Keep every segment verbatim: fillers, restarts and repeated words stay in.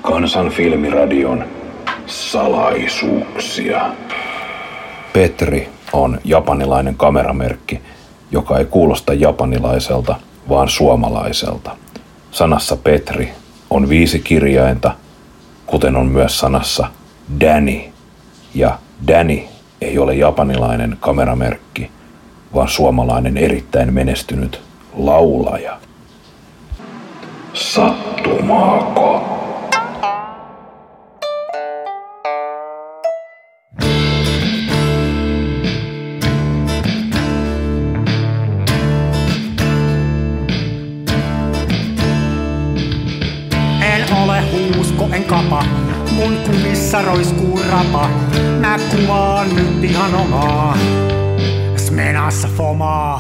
Kansan filmiradion salaisuuksia. Petri on japanilainen kameramerkki, joka ei kuulosta japanilaiselta, vaan suomalaiselta. Sanassa Petri on viisi kirjainta, kuten on myös sanassa Danny. Ja Danny ei ole japanilainen kameramerkki, vaan suomalainen erittäin menestynyt laulaja. Sattumaako? En ole huusko, en kapa, mun kumissa roiskuu rapa. Mä kuvaan nyt ihan omaa, Smenassa fomaa.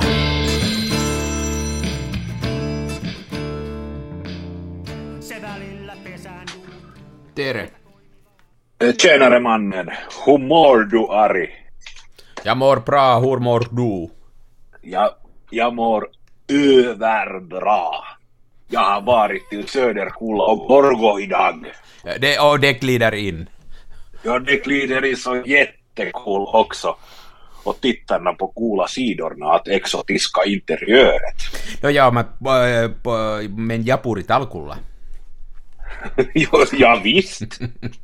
Se välillä pesään. Tere. Tjenare mannen, humor du Ari. Ja mår bra, hur mår du? Ja, jag mår överbra. Jag har varit till Söderkulla och Borgå idag. Det, och det glider in. Ja, det glider in så jättekul också. Och tittarna på coola sidorna att exotiska interiöret. No joo, mä äh, men Japuri talkulla. Jo, ja visst.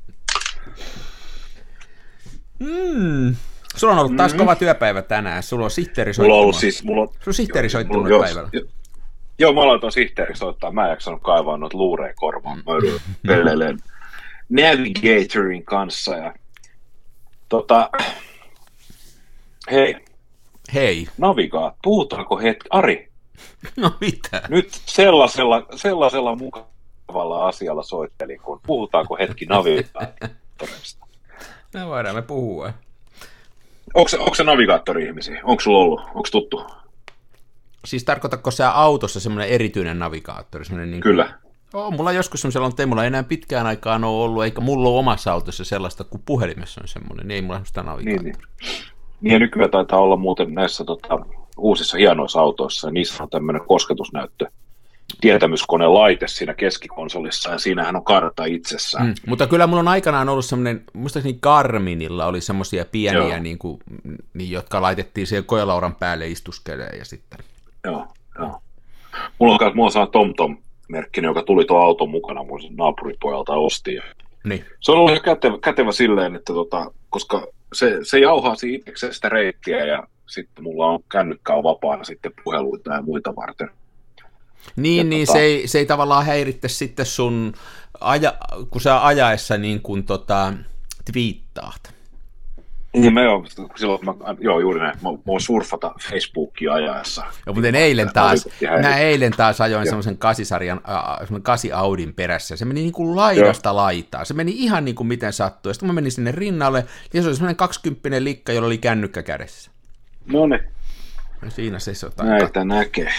Mm. Sulla on ollut taas mm. kova työpäivä tänään. Sulla on sihteeri Mulla on ollut soittanut. siis, mulla on... Sun sihteeri soittanut joo, päivällä. Jo, joo, mä aloin tuon sihteeri soittaa. Mä en jaksanut kaivaa noita luureja korvaan. Mä joudun pelleilemään Navigatorin kanssa. Ja... Tota... Hei. Hei. Navigaat. Puhutaanko hetki? Ari. No mitä? Nyt sellaisella, sellaisella mukavalla asialla soittelin, kun puhutaanko hetki navigaattorista. No voidaan me puhua. Onko se, onko se navigaattori-ihmisiä? Onko sulla ollut? Onko tuttu? Siis tarkoitatko sä autossa semmoinen erityinen navigaattori? Niin Kyllä. Oh, mulla on joskus semmoisella, mutta ei mulla enää pitkään aikaan ole ollut, eikä mulla ole omassa autossa sellaista, kuin puhelimessa on semmoinen, niin ei mulla sitä navigaattoria. Niin, niin. Ja nykyään taitaa olla muuten näissä tota, uusissa hienoissa autoissa, ja niissä on tämmöinen kosketusnäyttö, tietämyskonelaite siinä keskikonsolissa, ja siinähän on kartta itsessään. Mm, mutta kyllä mulla on aikanaan ollut semmoinen, muistaakseni Garminilla oli semmoisia pieniä, niin kuin, niin, jotka laitettiin siihen koelauran päälle istuskeleen, ja sitten... Joo, joo. Mulla on, mulla on TomTom-merkkinen, joka tuli tuon auton mukana, mun naapuripojalta osti. Niin. Se on ollut ihan kätevä, kätevä silleen, että tota, koska se, se jauhaa siitä itsekseen sitä reittiä, ja sitten mulla on kännykkää vapaana sitten puheluita ja muita varten. Niin, ja niin tota... se, ei, se ei tavallaan häiritte sitten sun, aja, kun sä ajaessa niin kuin tota, twiittaat. Niin mä joo, silloin mä, joo juuri näin, mä voin surfata Facebookia ajaessa. Joo, mutta eilen taas, mä eilen taas ajoin semmoisen kasisarjan, äh, semmoinen kasi Audin perässä, se meni niin kuin laidasta joo. laitaan, se meni ihan niin kuin miten sattui, ja sitten mä menin sinne rinnalle, ja se oli semmoinen kaksikymppinen likka, jolla oli kännykkä kädessä. No niin. Ja siinä se jotain. Näitä näkee.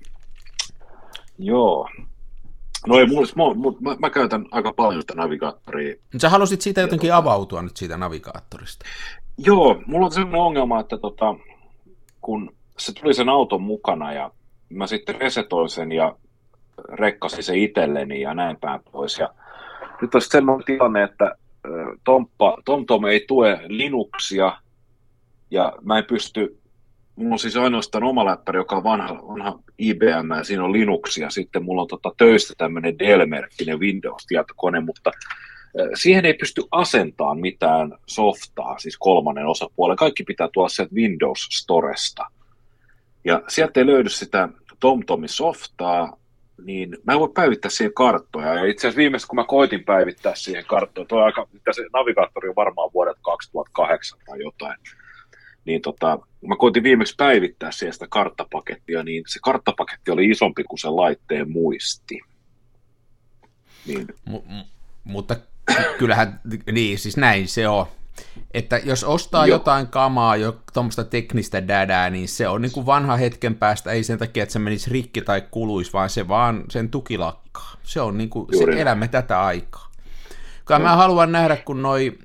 Joo. No ei, mulla, mä, mä, mä käytän aika paljon sitä navigaattoria. Sä halusit siitä jotenkin avautua nyt siitä navigaattorista. Joo, mulla on sellainen ongelma, että tota, kun se tuli sen auton mukana ja mä sitten resetoin sen ja rekkasin sen itselleni ja näin päin pois. Ja nyt on sitten sellainen tilanne, että Tomppa, TomTom ei tue Linuxia ja mä en pysty, mulla on siis ainoastaan oma läppäri, joka on vanha, vanha I B M ja siinä on Linuxia. Sitten mulla on tota töistä tämmöinen Dell-merkkinen Windows-tietokone, mutta siihen ei pysty asentamaan mitään softaa, siis kolmannen osapuolen. Kaikki pitää tuolla sieltä Windows Storesta. Ja sieltä ei löydy sitä TomTomin softaa, niin mä en voi päivittää siihen karttoja. Ja itse asiassa viimeistä, kun mä koitin päivittää siihen karttoja, tuo aika, se navigaattori on varmaan vuodelta kaksituhattakahdeksan tai jotain, niin tota, mä koitin viimeksi päivittää siihen sitä karttapakettia, niin se karttapaketti oli isompi kuin se laitteen muisti. Niin. M- m- mutta kyllähän, niin siis näin se on, että jos ostaa Joo. jotain kamaa, jo tuommoista teknistä dädää, niin se on niin kuin vanha hetken päästä, ei sen takia, että se menisi rikki tai kuluisi, vaan se vaan sen tuki lakkaa. Se on niin kuin, se elämme tätä aikaa. Kyllä mä haluan nähdä, kun noi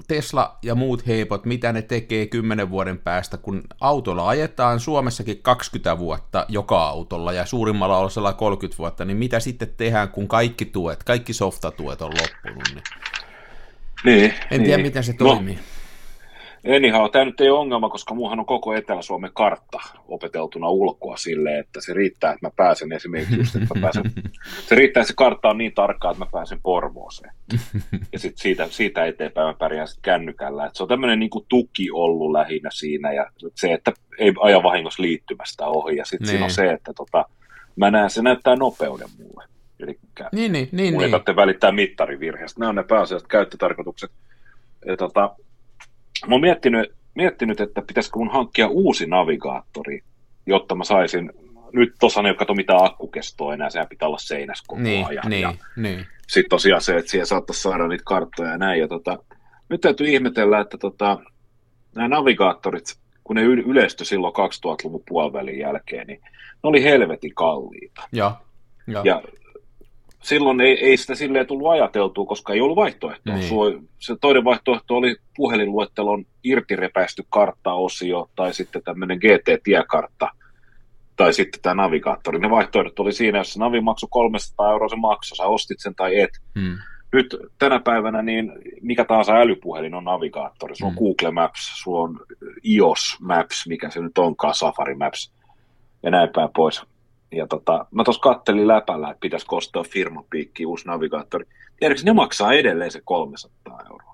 Tesla ja muut heipot, mitä ne tekee kymmenen vuoden päästä, kun autolla ajetaan Suomessakin kaksikymmentä vuotta joka autolla ja suurimmalla osalla kolmekymmentä vuotta, niin mitä sitten tehdään, kun kaikki tuet, kaikki softatuet on loppunut? Niin. Niin, en tiedä, niin. miten se toimii. No. Anyhow, tämä nyt ei ole ongelma, koska muuhan on koko Etelä-Suomen kartta opeteltuna ulkoa silleen, että se riittää, että mä pääsen esimerkiksi just, että mä pääsen, se riittää, että se kartta on niin tarkkaa, että mä pääsen Porvooseen. Ja sitten siitä, siitä eteenpäin mä pärjään sitten kännykällä. Et se on tämmöinen niinku tuki ollut lähinnä siinä ja se, että ei aja vahingossa liittymästä ohi. Ja sitten siinä on se, että tota, mä näen, se näyttää nopeuden mulle. Eli niin, niin, niin, mulla ei tarvitse välittää mittarivirheestä. Nämä on ne pääasialliset käyttötarkoitukset. Ja tota, mä oon miettinyt, miettinyt, että pitäisikö mun hankkia uusi navigaattori, jotta mä saisin, nyt tuossa ei kato mitään akkukestoa enää, sehän pitää olla seinässä koko niin, ajan. Niin, ja niin. sitten tosiaan se, että siihen saattaisi saada niitä karttoja ja näin. Ja tota, nyt täytyy ihmetellä, että tota, nämä navigaattorit, kun ne yleistyi silloin kaksituhattaluvun puolivälin jälkeen, niin ne oli helvetin kalliita. Ja, ja. ja silloin ei, ei sitä silleen tullut ajateltua, koska ei ollut vaihtoehtoa. Niin. Se toinen vaihtoehto oli puhelinluettelon irtirepäisty karttaosio tai sitten tämmöinen G T-tiekartta tai sitten tämä navigaattori. Ne vaihtoehdot oli siinä, jos se navi maksoi kolmesataa euroa se maksoi, sä ostit sen tai et. Hmm. Nyt tänä päivänä niin mikä tahansa älypuhelin on navigaattori. Sulla on hmm. Google Maps, sulla on iOS Maps, mikä se nyt onkaan, Safari Maps ja näin päin pois. Ja tota, mä tuossa kattelin läpällä, että pitäisikö ostaa firmapiikkiin uusi navigaattori. Tiedätkö, ne maksaa edelleen se kolmesataa euroa.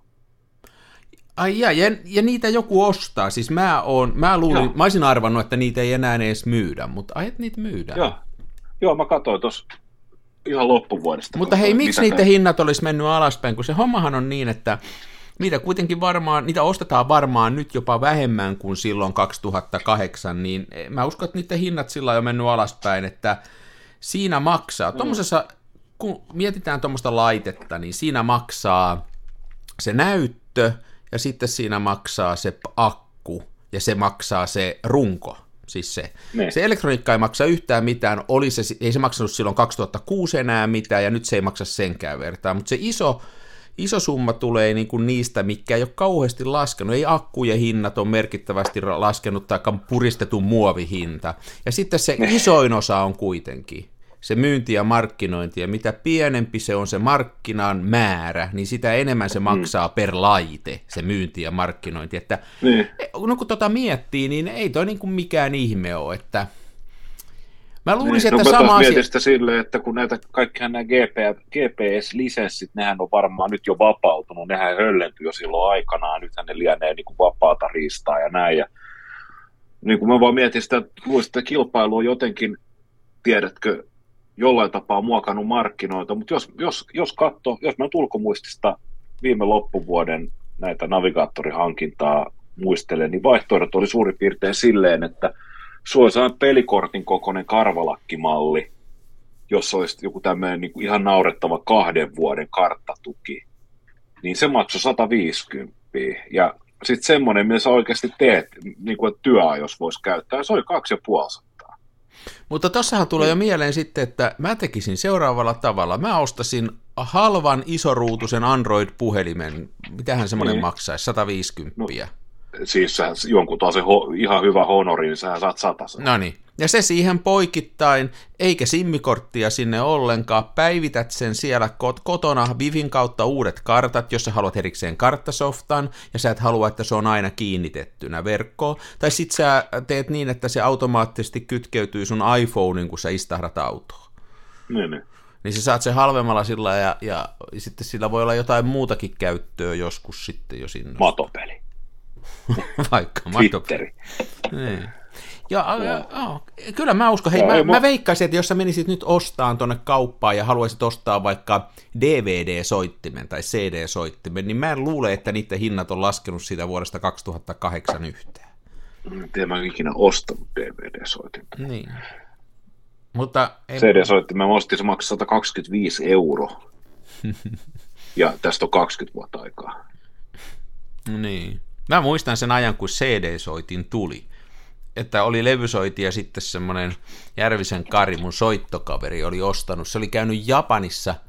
Ai ja, ja, ja niitä joku ostaa. Siis mä, oon, mä, luulin, mä olisin arvannut, että niitä ei enää edes myydä, mutta ai, että niitä myydään. Joo, Joo mä katsoin tuossa ihan loppuvuodesta. Mutta hei, miksi niiden hinnat olisi mennyt alaspäin, kun se hommahan on niin, että niitä kuitenkin varmaan, niitä ostetaan varmaan nyt jopa vähemmän kuin silloin kaksituhattakahdeksan, niin mä uskon, että niiden hinnat sillä on jo mennyt alaspäin, että siinä maksaa, mm. tuommoisessa, kun mietitään tuommoista laitetta, niin siinä maksaa se näyttö, ja sitten siinä maksaa se akku, ja se maksaa se runko, siis se. Ne. Se elektroniikka ei maksa yhtään mitään, oli se, ei se maksanut silloin kaksituhattakuusi enää mitään, ja nyt se ei maksa senkään vertaa, mutta se iso, iso summa tulee niin kuin niistä, mikä ei ole kauheasti laskenut, ei akkujen hinnat on merkittävästi laskenut, tai puristetun muovihinta, ja sitten se ne. Isoin osa on kuitenkin se myynti ja markkinointi, ja mitä pienempi se on se markkinan määrä, niin sitä enemmän se maksaa mm. per laite, se myynti ja markkinointi. Että, niin. No kun tota miettii, niin ei toi niin kuin mikään ihme ole, että mä luulisin, niin. että no, sama asia. Mietin sitä silleen, että kun näitä kaikkihan nämä G P S-lisenssit, nehän on varmaan nyt jo vapautunut, nehän höllentyi jo silloin aikanaan, nythän ne lienee niin kuin vapaata riistaa ja näin, ja niin kuin mä vaan mietin sitä, että luulisin, että kilpailu on jotenkin, tiedätkö, jollain tapaa muokannut markkinoita, mutta jos, jos, jos katso, jos mä nyt ulkomuistista viime loppuvuoden näitä navigaattorihankintaa muistelen, niin vaihtoehdot oli suurin piirtein silleen, että suosaan pelikortin kokoinen karvalakkimalli, jossa olisi joku tämmöinen niin kuin ihan naurettava kahden vuoden karttatuki, niin se maksoi sata viisikymmentä. Ja sitten semmoinen, mitä sä oikeasti teet, niin kuin työajos voisi käyttää, se oli kaksi ja puoli. Mutta tossahan tulee jo mieleen sitten, että mä tekisin seuraavalla tavalla. Mä ostasin halvan isoruutuisen Android-puhelimen. Mitähän semmoinen niin. maksaisi? sata viisikymmentä. No, siis jonkun taas ho, ihan hyvä honori, niin sähän saat satasen. No niin. Ja se siihen poikittain, eikä simmikorttia sinne ollenkaan. Päivität sen siellä kotona Wifin kautta uudet kartat, jos sä haluat erikseen karttasoftan, ja sä et halua, että se on aina kiinnitettynä verkkoon. Tai sit sä teet niin, että se automaattisesti kytkeytyy sun iPhoneen, kun sä istahdat autoon. Niin, niin. Niin sä saat sen halvemmalla sillä, ja, ja sitten sillä voi olla jotain muutakin käyttöä joskus sitten jo sinne. Matopeli. Vaikka matopeli. Niin. Ja, ja, ja, kyllä mä uskon, hei, mä, mä veikkaisin, että jos sä menisit nyt ostamaan tuonne kauppaan ja haluaisit ostaa vaikka D V D-soittimen tai C D-soittimen, niin mä en luule, että niiden hinnat on laskenut siitä vuodesta kaksituhattakahdeksan yhteen. En tiedä, mä en ikinä ostanut D V D-soitinta. Niin. Mutta C D-soittimen mä ostin, se maksoi sata kaksikymmentäviisi euroa. Ja tästä on kaksikymmentä vuotta aikaa. Niin. Mä muistan sen ajan, kun C D-soitin tuli. Että oli levysoiti ja sitten semmoinen Järvisen Kari, mun soittokaveri, oli ostanut. Se oli käynyt Japanissa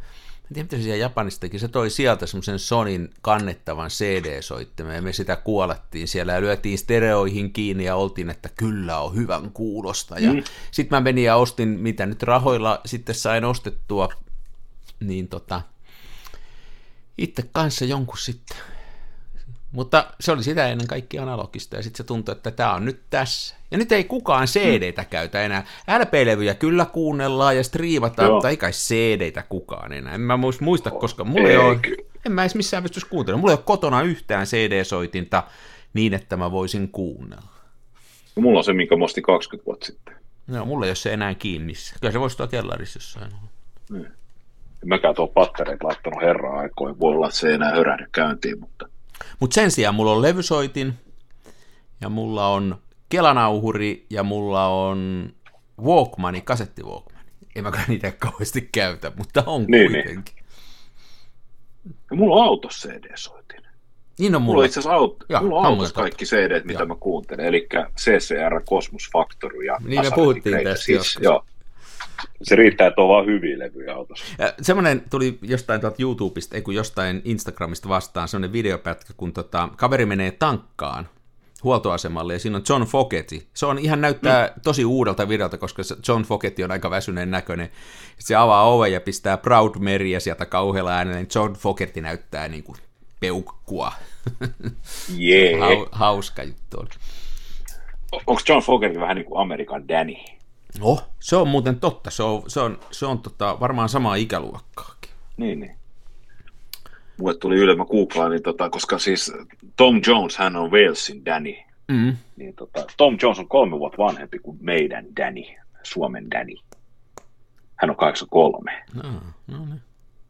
en tiedä, mitä se siellä Japanissa teki. Se toi sieltä semmoisen Sonyn kannettavan C D-soittimen, ja me sitä kuolettiin siellä, ja lyötiin stereoihin kiinni, ja oltiin, että kyllä on hyvän kuulosta. Ja mm. sitten mä menin ja ostin, mitä nyt rahoilla sitten sain ostettua, niin tota, itse kanssa jonkun sitten. Mutta se oli sitä ennen kaikkea analogista, ja sitten se tuntui, että tämä on nyt tässä. Ja nyt ei kukaan C D:tä käytä enää. L P-levyjä kyllä kuunnellaan ja striivataan, mutta ei kai C D:tä kukaan enää. En mä muista, koska mulla ei, ei ole, en mä edes missään pystyisi kuuntelemaan. Mulla ei ole kotona yhtään C D-soitinta niin, että mä voisin kuunnella. No, mulla on se, minkä mä ostin kaksikymmentä vuotta sitten. No, mulla ei ole se enää kiinni. Kyllä se voisi tuolla kellarissa jossain. Hmm. En mäkään tuolla pattereita laittanut herraa aikoin. Voi olla, että se ei enää hörähdy käyntiin, mutta... Mutta sen sijaan mulla on levysoitin, ja mulla on kelanauhuri, ja mulla on Walkmani, kasetti Walkmani. En mä niitä kauheasti käytä, mutta on niin, kuitenkin. Niin. Ja mulla on autossa C D-soitin. Niin on mulla. Mulla on itse asiassa auto, ja, mulla on autossa kaikki C D:t, mitä ja. mä kuuntelen, eli C C R, Cosmos Factory ja niin me puhuttiin tästä joskus. Joo. Se riittää, että on vaan hyviä levyjä autossa. Ja semmoinen tuli jostain tuolta YouTubesta, ei kun jostain Instagramista vastaan, semmoinen videopätkä, kun tota, kaveri menee tankkaan huoltoasemalle, ja siinä on John Fogerty. Se on ihan näyttää mm. tosi uudelta videolta, koska John Fogerty on aika väsyneen näköinen. Se avaa oven ja pistää Proud Maryä sieltä kauhealla äänellä, niin John Fogerty näyttää niin kuin peukkua. Yeah. Hauska juttu oli. Onko John Fogerty vähän niin kuin Amerikan Danny? Oh, se on muuten totta. Se on, se on, se on tota, varmaan samaa ikäluokkaakin. Niin, niin. Mulle tuli ylemmä googlaan, niin tota, koska siis Tom Jones, hän on Walesin Danny. Mm. Niin tota, Tom Jones on kolme vuotta vanhempi kuin meidän Danny, Suomen Danny. Hän on kahdeksankymmentäkolme. No, no niin.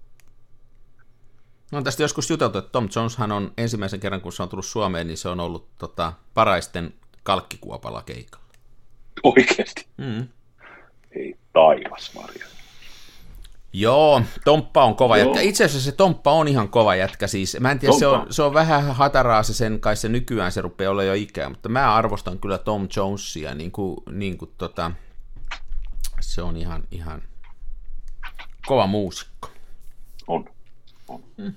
No, tästä joskus juteltu, että Tom Jones hän on ensimmäisen kerran, kun se on tullut Suomeen, niin se on ollut tota, Paraisten kalkkikuopalla keikalla. Oikeasti? Mm. Ei taivas, Marja. Joo, Tomppa on kova Joo. jätkä. Itse asiassa se Tomppa on ihan kova jätkä. Siis, mä en tiedä, se on, se on vähän hataraa se sen, kai se nykyään se rupeaa olla jo ikää, mutta mä arvostan kyllä Tom Jonesia, niin kuin, niin kuin tota, se on ihan, ihan kova muusikko. On. on. Mm.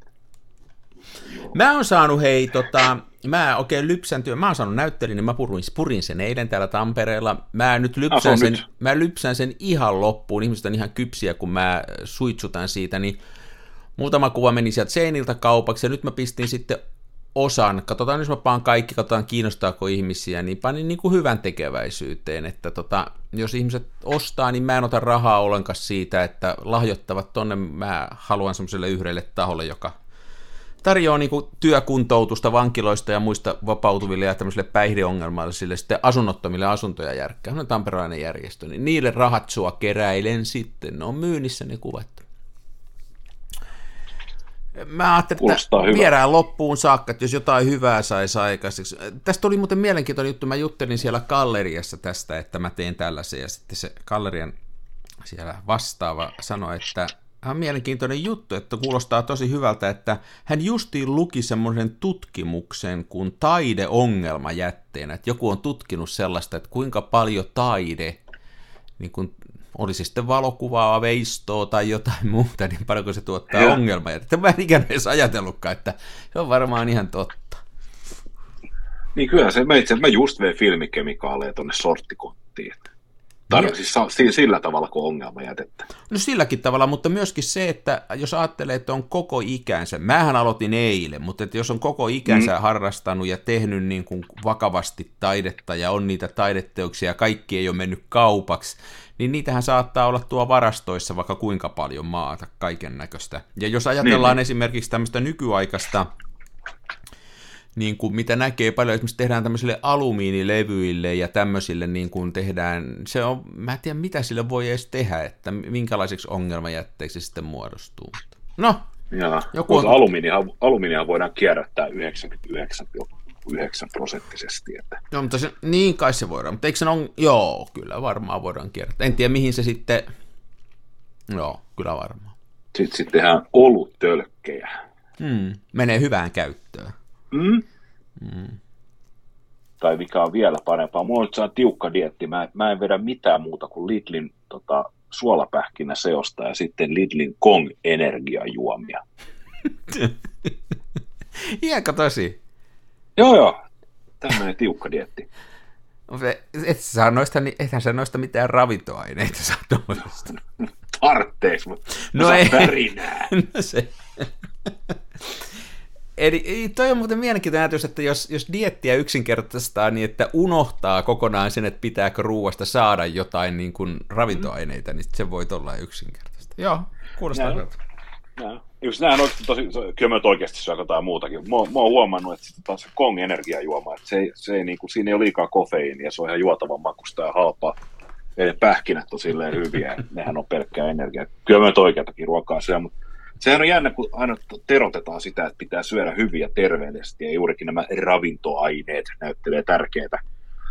Mä oon saanut, hei, tota, mä oikein lypsän työn, mä oon saanut näyttelin, niin mä purin, purin sen eilen täällä Tampereella. Mä nyt lypsän, ah, sen, nyt. Mä lypsän sen ihan loppuun, ihmiset on ihan kypsiä, kun mä suitsutan siitä, niin muutama kuva meni sieltä seiniltä kaupaksi, ja nyt mä pistin sitten osan, katsotaan, jos mä paan kaikki, katsotaan kiinnostaako ihmisiä, niin panin niin kuin hyvän tekeväisyyteen, että tota, jos ihmiset ostaa, niin mä en ota rahaa ollenkaan siitä, että lahjoittavat tonne, mä haluan semmoiselle yhdelle taholle, joka tarjoaa niin kuin työkuntoutusta vankiloista ja muista vapautuville ja tämmöisille päihdeongelmallisille sitten asunnottomille asuntoja järkkää. No tamperelainen järjestö, niin niille rahat sua keräilen sitten. Ne on myynnissä ne kuvat. Mä ajattelin, että vierään loppuun saakka, että jos jotain hyvää saisi aikaiseksi. Tästä oli muuten mielenkiintoinen juttu. Mä juttelin siellä galleriassa tästä, että mä teen tällaisen, ja sitten se gallerian siellä vastaava sanoi, että on mielenkiintoinen juttu, että kuulostaa tosi hyvältä, että hän justiin luki semmoisen tutkimuksen kuin taideongelma jätteenä, että joku on tutkinut sellaista, että kuinka paljon taide, niin kuin olisi sitten valokuvaa, veistoa tai jotain muuta, niin paljonko se tuottaa ja. ongelmajätettä. Mä en ikään edes ajatellutkaan, että se on varmaan ihan totta. Niin kyllä se, mä itse mä just vein filmikemikaaleja tuonne sorttikonttiin. Tarvitsen niin, siis sillä tavalla kuin ongelmajätettä. No silläkin tavalla, mutta myöskin se, että jos ajattelee, että on koko ikänsä, mähän aloitin eilen, mutta että jos on koko ikänsä mm. harrastanut ja tehnyt niin kuin vakavasti taidetta ja on niitä taideteoksia ja kaikki ei ole mennyt kaupaksi, niin niitähän saattaa olla tuo varastoissa vaikka kuinka paljon maata, kaiken näköistä. Ja jos ajatellaan niin, esimerkiksi tämmöistä nykyaikaista, niin kuin mitä näkee paljon, esimerkiksi tehdään tämmöisille alumiinilevyille ja tämmöisille niin kuin tehdään, se on, mä en tiedä mitä sille voi edes tehdä, että minkälaiseksi ongelmajätteeksi se sitten muodostuu. No, Jaa, joku on... alumiinia, alumiinia voidaan kierrättää yhdeksänkymmentäyhdeksän pilkku yhdeksän prosenttisesti. Että... Joo, mutta se, niin kai se voidaan, mutta eikö se on, joo, kyllä varmaan voidaan kierrättää. En tiedä mihin se sitten, joo, kyllä varmaan. Sitten, sitten tehdään oluttölkkejä. Hmm, menee hyvään käyttöön. Mm. Mm. Tai mikä on vielä parempaa. Mulla on nyt tiukka dieetti. Mä, mä en vedä mitään muuta kuin Lidlin tota, suolapähkinä seosta ja sitten Lidlin Kong energiajuomia. Iäkö tosi? Joo, joo. Tämmöinen tiukka dieetti. Et saa noista, ethän sä noista mitään ravintoaineita saa tuollaista. Tartteeks, mutta no ei. Värinää. No se. Eli toi on muuten mielenkiintoinen ajatus, että jos, jos dieettiä yksinkertaistaa niin, että unohtaa kokonaan sen, että pitääkö ruuasta saada jotain niin kuin ravintoaineita, niin se voi olla yksinkertaista. Joo, kuulostaa hyvältä. Just näin oikeasti tosi, kyllä me oikeasti syö jotain muutakin. Mä, mä oon huomannut, että sitten taas se Kong energiajuoma, että se ei, se ei niinku, siinä ei ole liikaa kofeiinia, se on ihan juotavan makusta ja halpaa. Eli pähkinät on silleen hyviä, nehän on pelkkää energiaa. Kyllä me oikeatakin ruokaa syö, mutta sehän on jännä, kun aina terotetaan sitä, että pitää syödä hyviä terveellisesti, ja juurikin nämä ravintoaineet näyttelee tärkeää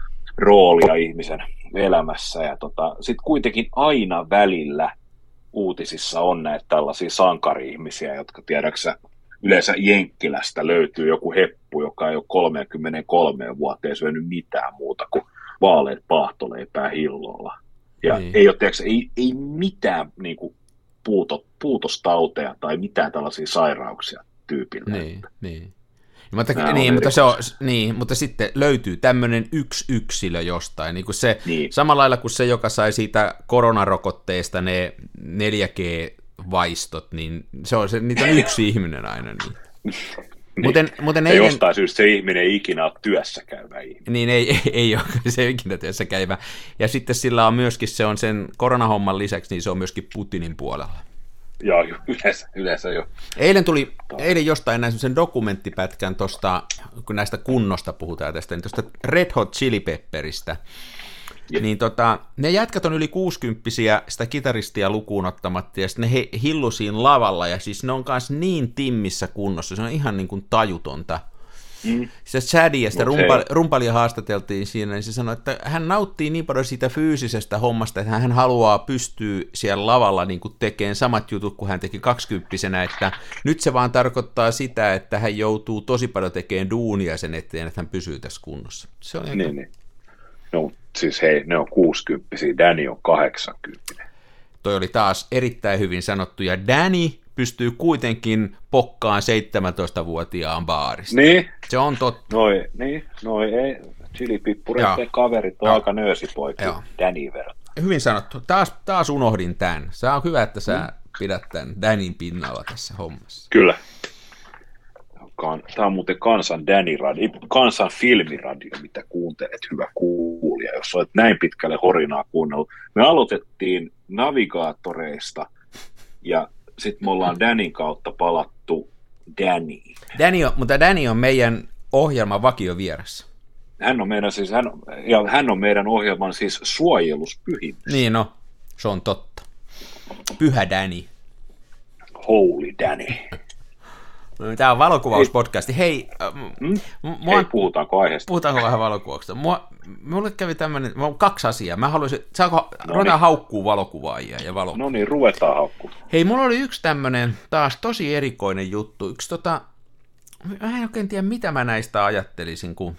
roolia ihmisen elämässä. Ja tota, sitten kuitenkin aina välillä uutisissa on näitä tällaisia sankari-ihmisiä, jotka tiedäksä yleensä Jenkkilästä löytyy joku heppu, joka ei ole kolmekymmentäkolme vuoteen syönyt mitään muuta kuin vaaleet paahtoleipää hillolla. Ja niin. ei ole tiedäksä, ei, ei mitään niin kuin puuto, puutostauteja tai mitään tällaisia sairauksia tyypillä. Niin, niin. Mutta, niin, mutta, se on, niin, mutta sitten löytyy tämmöinen yksi yksilö jostain, niin kuin se, niin. Samalla lailla kuin se, joka sai siitä koronarokotteesta ne neljä G-vaistot, niin se on se, niitä on yksi ihminen aina. Niin. niin. Muten, muten ja eilen... jostain syystä se ihminen ei ikinä ole työssä käyvä ihminen. Niin, ei, ei, ei ole se ikinä työssä käyvä. Ja sitten sillä on myöskin, se on sen koronahomman lisäksi, niin se on myöskin Putinin puolella. Joo, yleensä, yleensä jo. Eilen tuli, eilen jostain näin sen dokumenttipätkän tuosta, kun näistä kunnosta puhutaan tästä, niin tuosta Red Hot Chili Pepperistä. Jep. Niin tota, ne jätkät on yli kuusikymppisiä, sitä kitaristia lukuun ottamatta, ja sitten ne he, hillusiin lavalla, ja siis ne on kanssa niin timmissä kunnossa, se on ihan niin kuin tajutonta. Mm. Se Chadi ja sitä rumpa, rumpalia haastateltiin siinä, niin se sanoi, että hän nauttii niin paljon siitä fyysisestä hommasta, että hän haluaa pystyä siellä lavalla niin kuin tekemään samat jutut kuin hän teki kaksikymppisenä, että nyt se vaan tarkoittaa sitä, että hän joutuu tosi paljon tekemään duunia sen eteen, että hän pysyy tässä kunnossa. Se on niin, niin. No siis hei, ne on kuusikymppisiä, Danny on kahdeksankymppinen. Toi oli taas erittäin hyvin sanottu, ja Danny pystyy kuitenkin pokkaan seitsemäntoistavuotiaan baarista. Niin. Se on totta. Noi, niin, noi ei, chilipippureiden kaverit on Joo. aika nöösipoikia Danin verran. Hyvin sanottu. Taas, taas unohdin tämän. Se on hyvä, että sä mm. pidät tämän Danin pinnalla tässä hommassa. Kyllä. Tämä on muuten Kansan Danny-radio, Kansan filmiradio, mitä kuuntelet, hyvä kuulija, jos olet näin pitkälle horinaa kuunnellut. Me aloitettiin navigaattoreista ja sitten me ollaan Danin kautta palattu Dannyin. Danny on, mutta Danny on meidän ohjelman vakiovieressä. Hän on meidän, siis, hän, ja hän on meidän ohjelman siis suojeluspyhimys. Niin no, se on totta. Pyhä Danny. Holy Danny. Tämä on valokuvauspodcasti. Hei, hmm? mua, Hei, puhutaanko aiheesta? Puhutaanko vähän valokuvauksesta? Mua, mulle kävi tämmöinen, mulla on kaksi asiaa. Mä haluaisin, saako ruvetaan haukkuu valokuvaajia ja valokuvaa? No niin, ruvetaan haukkuu. Hei, mulla oli yksi tämmöinen taas tosi erikoinen juttu. Yksi tota, mä en oikein tiedä mitä mä näistä ajattelisin, kun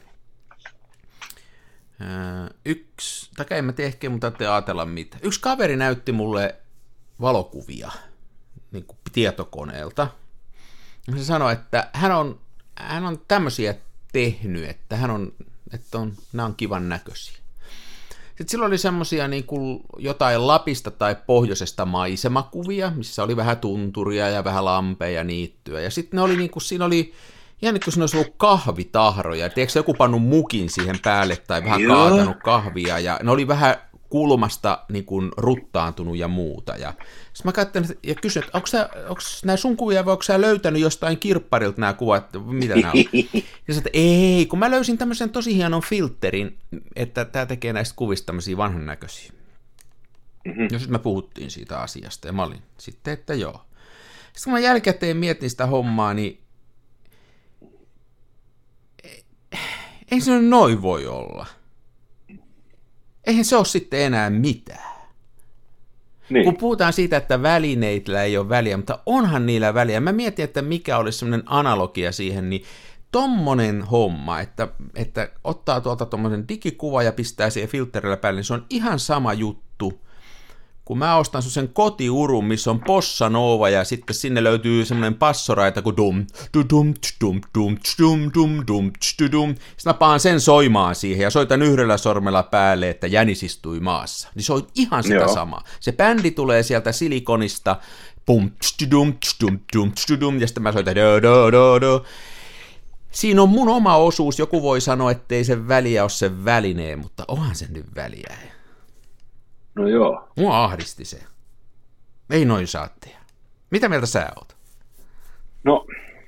äh, yksi, tai en mä tiedä ehkä, mutta ette ajatella mitä. Yksi kaveri näytti mulle valokuvia niin kuin tietokoneelta. Se sanoi, että hän on, hän on tämmöisiä tehnyt, että, hän on, että on, nämä on kivan näköisiä. Sitten silloin oli semmoisia niin kuin jotain Lapista tai pohjoisesta maisemakuvia, missä oli vähän tunturia ja vähän lampeja ja niittyä. Ja sitten ne oli niin kuin, siinä oli, ihan niin kuin siinä olisi ollut kahvitahroja. Tiedätkö joku pannut mukin siihen päälle tai vähän Joo. kaatanut kahvia. Ja ne oli vähän kulmasta niin kuin ruttaantunut ja muuta. Ja sitten mä katsoin ja kysyin, että onko, sä, onko nämä sun kuvia vai onko sä löytänyt jostain kirpparilta nämä kuvat, mitä nämä on? Ja sanoin, että ei, kun mä löysin tämmöisen tosi hienon filterin, että tämä tekee näistä kuvista tämmöisiä vanhan näköisiä. Mm-hmm. Ja sitten me puhuttiin siitä asiasta ja mä olin sitten, että joo. Sitten kun mä jälkikäteen mietin sitä hommaa, niin ei se noin voi olla. Eihän se ole sitten enää mitään. Niin. Kun puhutaan siitä, että välineillä ei ole väliä, mutta onhan niillä väliä. Mä mietin, että mikä olisi semmoinen analogia siihen, niin tommonen homma, että, että ottaa tuolta tommonen digikuva ja pistää siihen filterillä päälle, niin se on ihan sama juttu kun mä ostan sen kotiurun, missä on bossa nova, ja sitten sinne löytyy semmoinen passoraita kuin dum, dum, dum, dum, dum, dum, dum, dum, dum. Sitten mä paan sen soimaan siihen, ja soitan yhdellä sormella päälle, että jänis istui maassa. Niin se on ihan sitä Joo. samaa. Se bändi tulee sieltä silikonista, pum, dum, dum, dum, dum, ja sitten mä soitan do, do, do, do. Siinä on mun oma osuus, joku voi sanoa, ettei sen väliä ole sen välineen, mutta onhan sen nyt väliä. No joo. Mua ahdisti se. Ei noin saa tehdä. Mitä mieltä sä oot? No,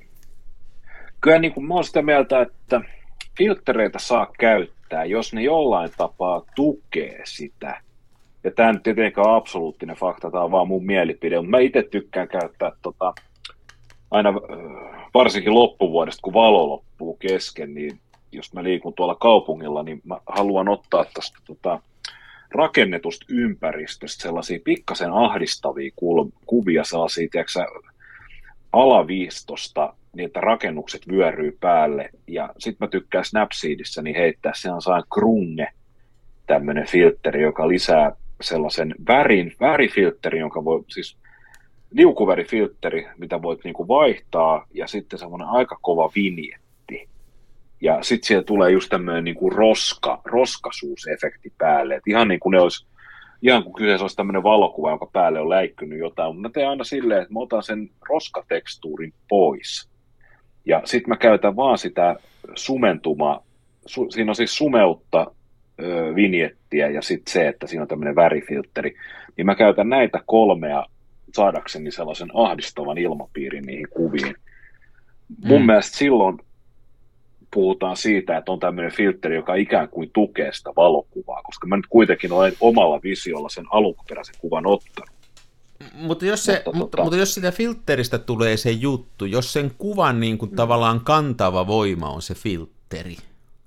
kyllä niin kuin mä oon sitä mieltä, että filttereitä saa käyttää, jos ne jollain tapaa tukee sitä. Ja tämä nyt tietenkään on absoluuttinen fakta, tämä on vaan mun mielipide, mutta mä itse tykkään käyttää tota, aina varsinkin loppuvuodesta, kun valo loppuu kesken, niin jos mä liikun tuolla kaupungilla, niin mä haluan ottaa tästä tota, rakennetusta ympäristöstä sellaisia pikkasen ahdistavia kuvia, sellaisia, tiedätkö, alaviistosta, niin että rakennukset vyöryy päälle, ja sitten mä tykkään Snapseedissä niin heittää sellainen krunge, tämmöinen filtteri, joka lisää sellaisen värin, värifiltteri, jonka voi, siis liukuvärifiltteri, mitä voit niinku vaihtaa, ja sitten semmoinen aika kova vinjetti. Ja sitten siellä tulee just tämmöinen niinku roska, roskasuusefekti päälle. Et ihan niin kuin ne olisi, ihan kuin kyseessä olisi tämmöinen valokuva, jonka päälle on läikkynyt jotain. Mutta mä teen aina silleen, että mä otan sen roskatekstuurin pois. Ja sitten mä käytän vaan sitä sumentumaa. Su, siinä on siis sumeutta, ö, vinjettiä ja sitten se, että siinä on tämmöinen värifiltteri. Niin mä käytän näitä kolmea saadakseni sellaisen ahdistavan ilmapiirin niihin kuviin. Mun mm. mielestä silloin puhutaan siitä, että on tämmöinen filtteri, joka ikään kuin tukee sitä valokuvaa, koska mä nyt kuitenkin olen omalla visiolla sen alkuperäisen kuvan ottanut. Mutta jos, se, mutta, mutta, mutta jos sitä filtteristä tulee se juttu, jos sen kuvan niin kuin mm. tavallaan kantava voima on se filtteri,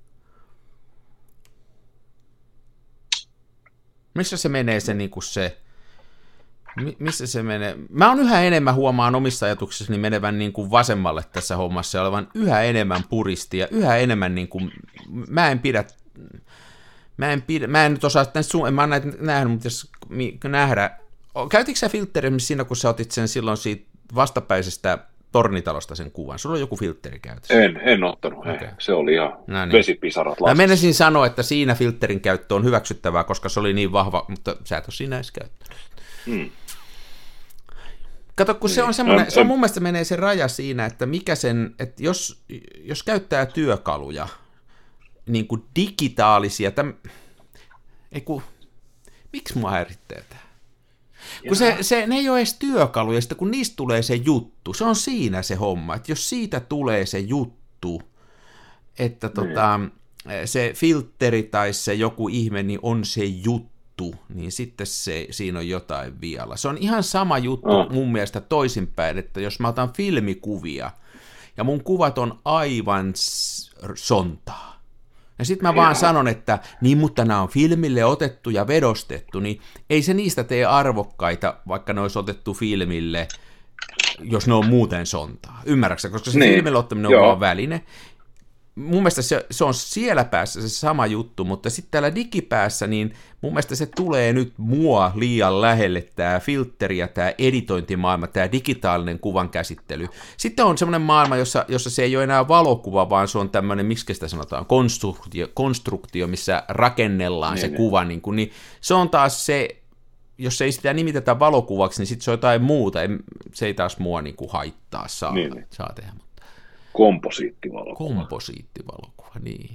missä se menee se, niin kuin se missä se menee? Mä oon yhä enemmän huomaan omissa ajatuksissani menevän niin kuin vasemmalle tässä hommassa ja olevan yhä enemmän puristi ja yhä enemmän niin kuin, mä en pidä, mä en pidä, mä en nyt osaa, en mä oon näitä nähnyt, mutta jos nähdä, käytitkö sä filtteri siinä, kun sä otit sen silloin siitä vastapäisestä tornitalosta sen kuvan? Sulla on joku filtteri käytössä? En, en ottanut, okay. Se oli ihan no niin. Vesipisarat lastassa. Mä menisin sanoa, että siinä filterin käyttö on hyväksyttävää, koska se oli niin vahva, mutta sä et ole siinä edes käyttänyt. Hmm. Kato, kun niin. se on semmoinen, se on mun mielestä menee se raja siinä, että mikä sen, että jos, jos käyttää työkaluja, niin kuin digitaalisia, täm, ei kun, miksi mua häirittää tämä? Kun se, se, ne ei ole edes työkaluja, sitten kun niistä tulee se juttu, se on siinä se homma, että jos siitä tulee se juttu, että tota, se filtteri tai se joku ihme, niin on se juttu, niin sitten se, siinä on jotain vialla. Se on ihan sama juttu oh. mun mielestä toisinpäin, että jos mä otan filmikuvia, ja mun kuvat on aivan sontaa, ja sitten mä vaan sanon, että niin, mutta nämä on filmille otettu ja vedostettu, niin ei se niistä tee arvokkaita, vaikka ne olisi otettu filmille, jos ne on muuten sontaa. Ymmärrätkö? Koska se niin. filmille ottaminen on Joo. vaan väline. Mun mielestä se, se on siellä päässä se sama juttu, mutta sitten täällä digipäässä, niin mun mielestä se tulee nyt mua liian lähelle, tämä filtteri ja tämä editointimaailma, tämä digitaalinen kuvan käsittely. Sitten on semmoinen maailma, jossa, jossa se ei ole enää valokuva, vaan se on tämmöinen, miksi sitä sanotaan, konstruktio, konstruktio missä rakennellaan niin, se niin. kuva. Niin, kuin, niin se on taas se, jos ei sitä nimitetä valokuvaksi, niin sitten se on jotain muuta. Se ei taas mua niin kuin haittaa saa, niin, niin. saa tehdä. Komposiittivalokuva. Komposiittivalokuva, niin.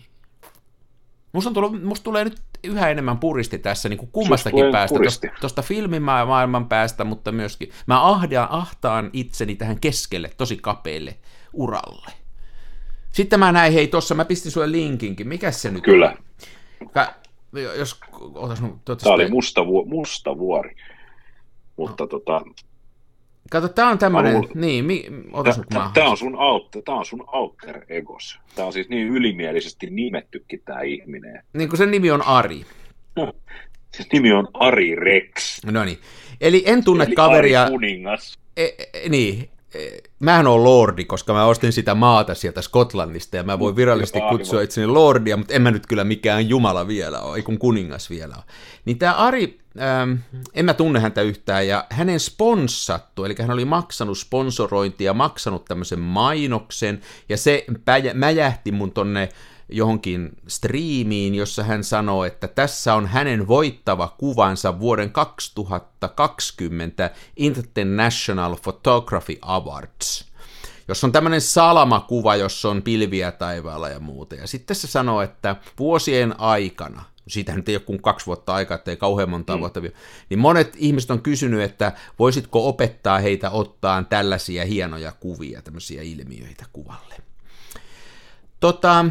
Musta, on tullut, musta tulee nyt yhä enemmän puristi tässä niin kuin kummastakin päästä, tuosta filmimaailman päästä, mutta myöskin mä ahdaan, ahtaan itseni tähän keskelle, tosi kapealle uralle. Sitten mä näin, hei tossa, mä pistin sulle linkinkin, mikäs se nyt Kyllä. on? Kyllä. Jos, otas, Tämä oli musta, vu, musta vuori, mutta no. tota... Kato, tää on tämmönen, Haluan... niin, mi... otas nyt mä... Tää on sun, alter, tää on sun alter egos. Tää on siis niin ylimielisesti nimettykin tää ihminen. Niin kuin sen nimi on Ari. No, se nimi on Ari Rex. No niin, eli en tunne eli kaveria... Ari kuningas. E, e, niin, e, mähän on lordi, koska mä ostin sitä maata sieltä Skotlannista, ja mä voin virallisesti Jopa, kutsua itseni lordia, mutta en mä nyt kyllä mikään jumala vielä ole, ei kun kuningas vielä ole. Niin tää Ari... ähm, en mä tunne häntä yhtään, ja hänen sponssattu, eli hän oli maksanut sponsorointia, maksanut tämmöisen mainoksen, ja se päjä, mäjähti mun tonne johonkin striimiin, jossa hän sanoi, että tässä on hänen voittava kuvansa vuoden kaksituhattakaksikymmentä International Photography Awards, jossa on tämmöinen salamakuva, jossa on pilviä taivaalla ja muuta. Ja sitten se sanoo, että vuosien aikana, siitä nyt ei ole kuin kaksi vuotta aikaa, ettei kauhean monta mm. vuotta vielä, niin monet ihmiset on kysynyt, että voisitko opettaa heitä ottaa tällaisia hienoja kuvia, tämmöisiä ilmiöitä kuvalle. Tota...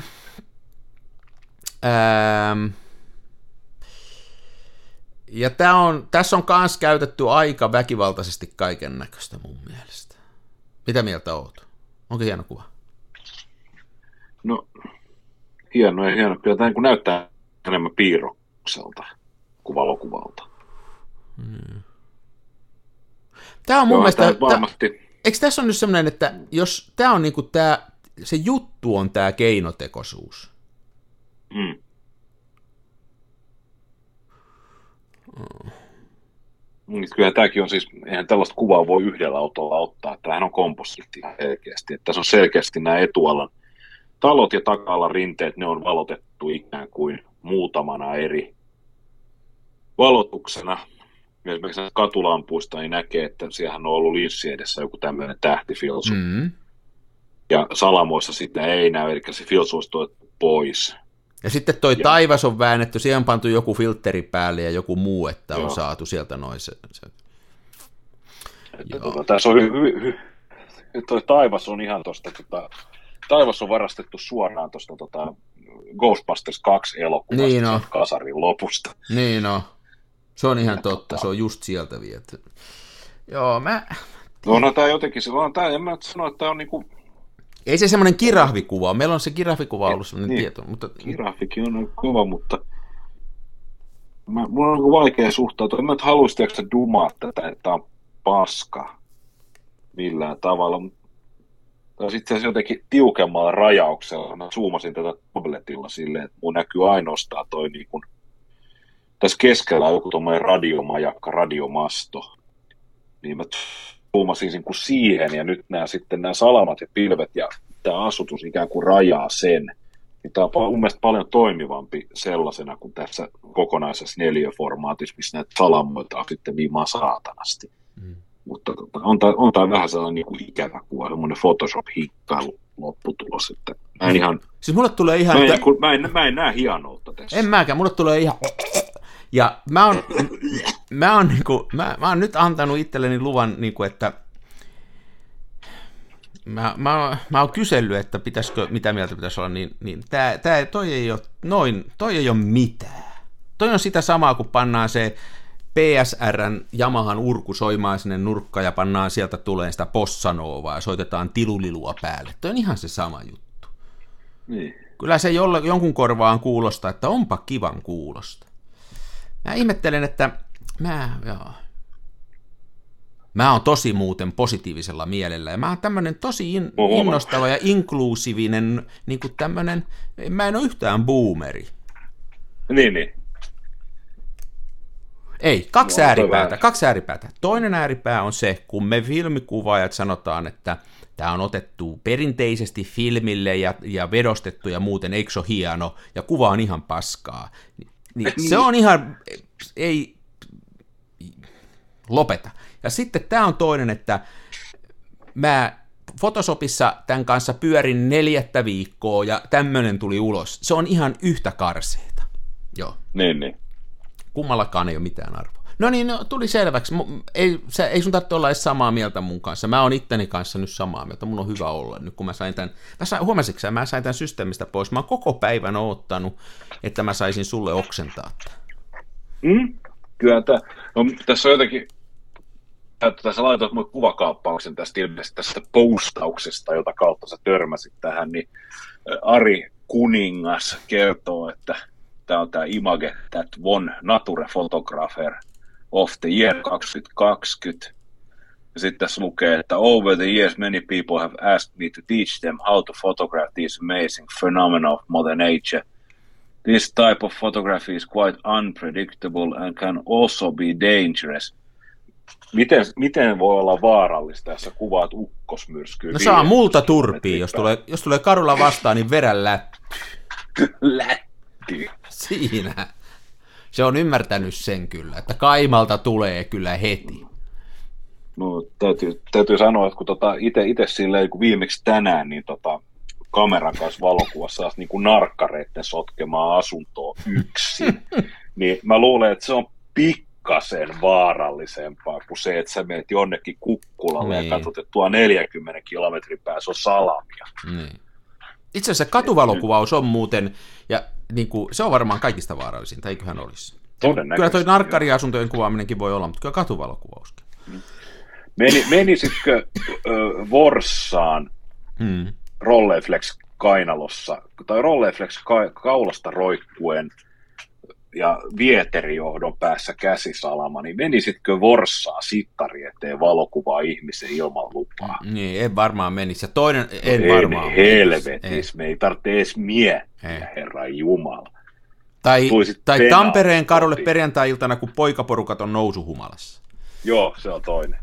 Ähm, ja tää on, tässä on myös käytetty aika väkivaltaisesti kaiken näköistä mun mielestä. Mitä mieltä oot? Onko hieno kuva? No, hieno ja hieno. Kyllä tämä niin näyttää enemmän piirrokselta kuin valokuvalta. Hmm. Tämä on mun Joo, mielestä... varmasti... Tää, eikö tässä on nyt semmoinen, että jos tämä on niinku tää, se juttu on tämä keinotekoisuus. Mm. Oh. Kyllä tämäkin on siis, eihän tällaista kuvaa voi yhdellä autolla ottaa, tämähän on komposiitti selkeästi, että tässä on selkeästi nämä etualan talot ja taka-alan rinteet, ne on valotettu ikään kuin muutamana eri valotuksena. Esimerkiksi katulampuista niin näkee, että siellähän on ollut linssi edessä joku tämmöinen tähtifilsu. Mm. Ja salamoissa sitä ei näy, eli se filsu olisi tuotu pois. Ja sitten toi ja. taivas on väännetty, siihen on pantu joku filtteri päälle ja joku muu, että on Joo. saatu sieltä noin se. se. Tuota, tässä on hy- hy- hy- toi taivas on ihan tosta, tota, taivas on varastettu suoraan tuosta tota, Ghostbusters kaksi elokuvasta niin no. kasarin lopusta. Niin no, se on ihan totta, se on just sieltä viety. Joo, mä... No, no tää jotenkin, se on tää, en mä sano, että tää on niinku... Ei se semmoinen kirahvikuva ole. Meillä on se kirahvikuva ollut semmoinen niin, tieto. Mutta... Kirahvikin on kova, mutta mä, mulla on vaikea suhtautua. En mä nyt haluaisi tiedätkö dumaa tätä, että tää on paska millään tavalla. Tai sitten se jotenkin tiukemmalla rajauksella. Mä zoomasin tätä tabletilla silleen, että mun näkyy ainoastaan toi niin kun... Tässä keskellä on joku tommoinen radiomajakka, radiomasto. Niin mä zoomasin niin kuin siihen, ja nyt nämä sitten nämä salamat ja pilvet ja tämä asutus ikään kuin rajaa sen. Niin tämä on mun mielestä paljon toimivampi sellaisena kuin tässä kokonaisessa neliöformaatissa, missä näitä salamoita on sitten viimaa saatanasti. Mm. Mutta on tämä, on tämä vähän sellainen niin kuin ikävä kuva, semmoinen Photoshop-hikkailu lopputulos. Että mä en ihan... Siis mulle tulee ihan... Mä en, että... mä en, mä en näe hienoutta tässä. En mäkään, mulle tulee ihan... Ja mä oon, mä oon, niinku, mä, mä oon nyt antanut itselleni luvan, niinku, että mä, mä, mä oon kysellyt, että pitäisikö, mitä mieltä pitäisi olla, niin, niin tää, tää, toi, ei ole, noin, toi ei ole mitään. Toi on sitä samaa, kun pannaan se P S R:n Yamahan urku soimaan sinne nurkkaan ja pannaan sieltä tulee sitä bossanovaa ja soitetaan tilulilua päälle. Toi on ihan se sama juttu. Niin. Kyllä se jolle, jonkun korvaan kuulostaa, että onpa kivan kuulosta. Mä ihmettelen, että mä, joo. mä oon tosi muuten positiivisella mielellä, ja mä oon tämmönen tosi in, innostava ja inklusiivinen, niin kuin tämmönen, mä en ole yhtään boomeri. Niin, niin. Ei, kaksi no, ääripäätä, kaksi ääripäätä. Toinen ääripää on se, kun me filmikuvaajat sanotaan, että tämä on otettu perinteisesti filmille ja, ja vedostettu ja muuten, eikö se ole hieno, ja kuva on ihan paskaa. Niin, se on ihan, ei, lopeta. Ja sitten tämä on toinen, että mä Photoshopissa tämän kanssa pyörin neljättä viikkoa ja tämmöinen tuli ulos. Se on ihan yhtä karseeta. Joo. Niin, niin. Kummallakaan ei ole mitään arvoa. No niin, no, tuli selväksi. Ei, sä, ei sun tarvitse olla edes samaa mieltä mun kanssa. Mä oon itteni kanssa nyt samaa mieltä. Mun on hyvä olla nyt, kun mä sain tämän... Mä sain, huomasitko sä, mä sain tämän systeemistä pois. Mä oon koko päivän oottanut, että mä saisin sulle oksentaa tämän. Mm, kyllä tämä... No, tässä on jotenkin... Tässä laitoit mun kuvakaappauksen tästä ilmeisesti tästä postauksesta, jota kautta sä törmäsit tähän, niin Ari Kuningas kertoo, että tämä on tämä Image that won Nature Photographer of the year kaksituhattakaksikymmentä. Ja sitten tässä lukee, että over the years many people have asked me to teach them how to photograph this amazing phenomena of Mother Nature. This type of photography is quite unpredictable and can also be dangerous. Miten, miten voi olla vaarallista, jos sä kuvaat ukkosmyrskyä? No saa multa turpiin, jos tulee, jos tulee karulla vastaan, niin veren lätty. Lätty. Siinä. Se on ymmärtänyt sen kyllä, että kaimalta tulee kyllä heti. No täytyy, täytyy sanoa, että kun tota itse silleen, kun viimeksi tänään, niin tota, kameran kanssa valokuvassa saisi niin kuin narkkareitten sotkemaan asuntoa yksin, niin mä luulen, että se on pikkasen vaarallisempaa kuin se, että sä menet jonnekin kukkulalle niin. Ja katsot, että tuo neljänkymmenen kilometrin päässä on salamia. Niin. Itse asiassa katuvalokuvaus on muuten, ja niin kuin, se on varmaan kaikista vaarallisinta, eiköhän olisi. Kyllä toi narkkariasuntojen kuvaaminenkin voi olla, mutta kyllä katuvalokuvauskin. Meni, menisitkö ö, Vorssaan hmm. Rolleiflex kainalossa, tai Rolleiflex ka, kaulasta roikkuen ja vieterijohdon päässä käsisalama, niin menisitkö Vorssaa sittari eteen valokuvaa ihmisen ilman lupaa? Niin, en varmaan menisi. Ja toinen, en no, varmaan helvetis, me ei tarvitse edes miettiä, Herran Jumala. Tai, tai Tampereen kadulle perjantai-iltana, kun poikaporukat on nousuhumalassa. Joo, se on toinen.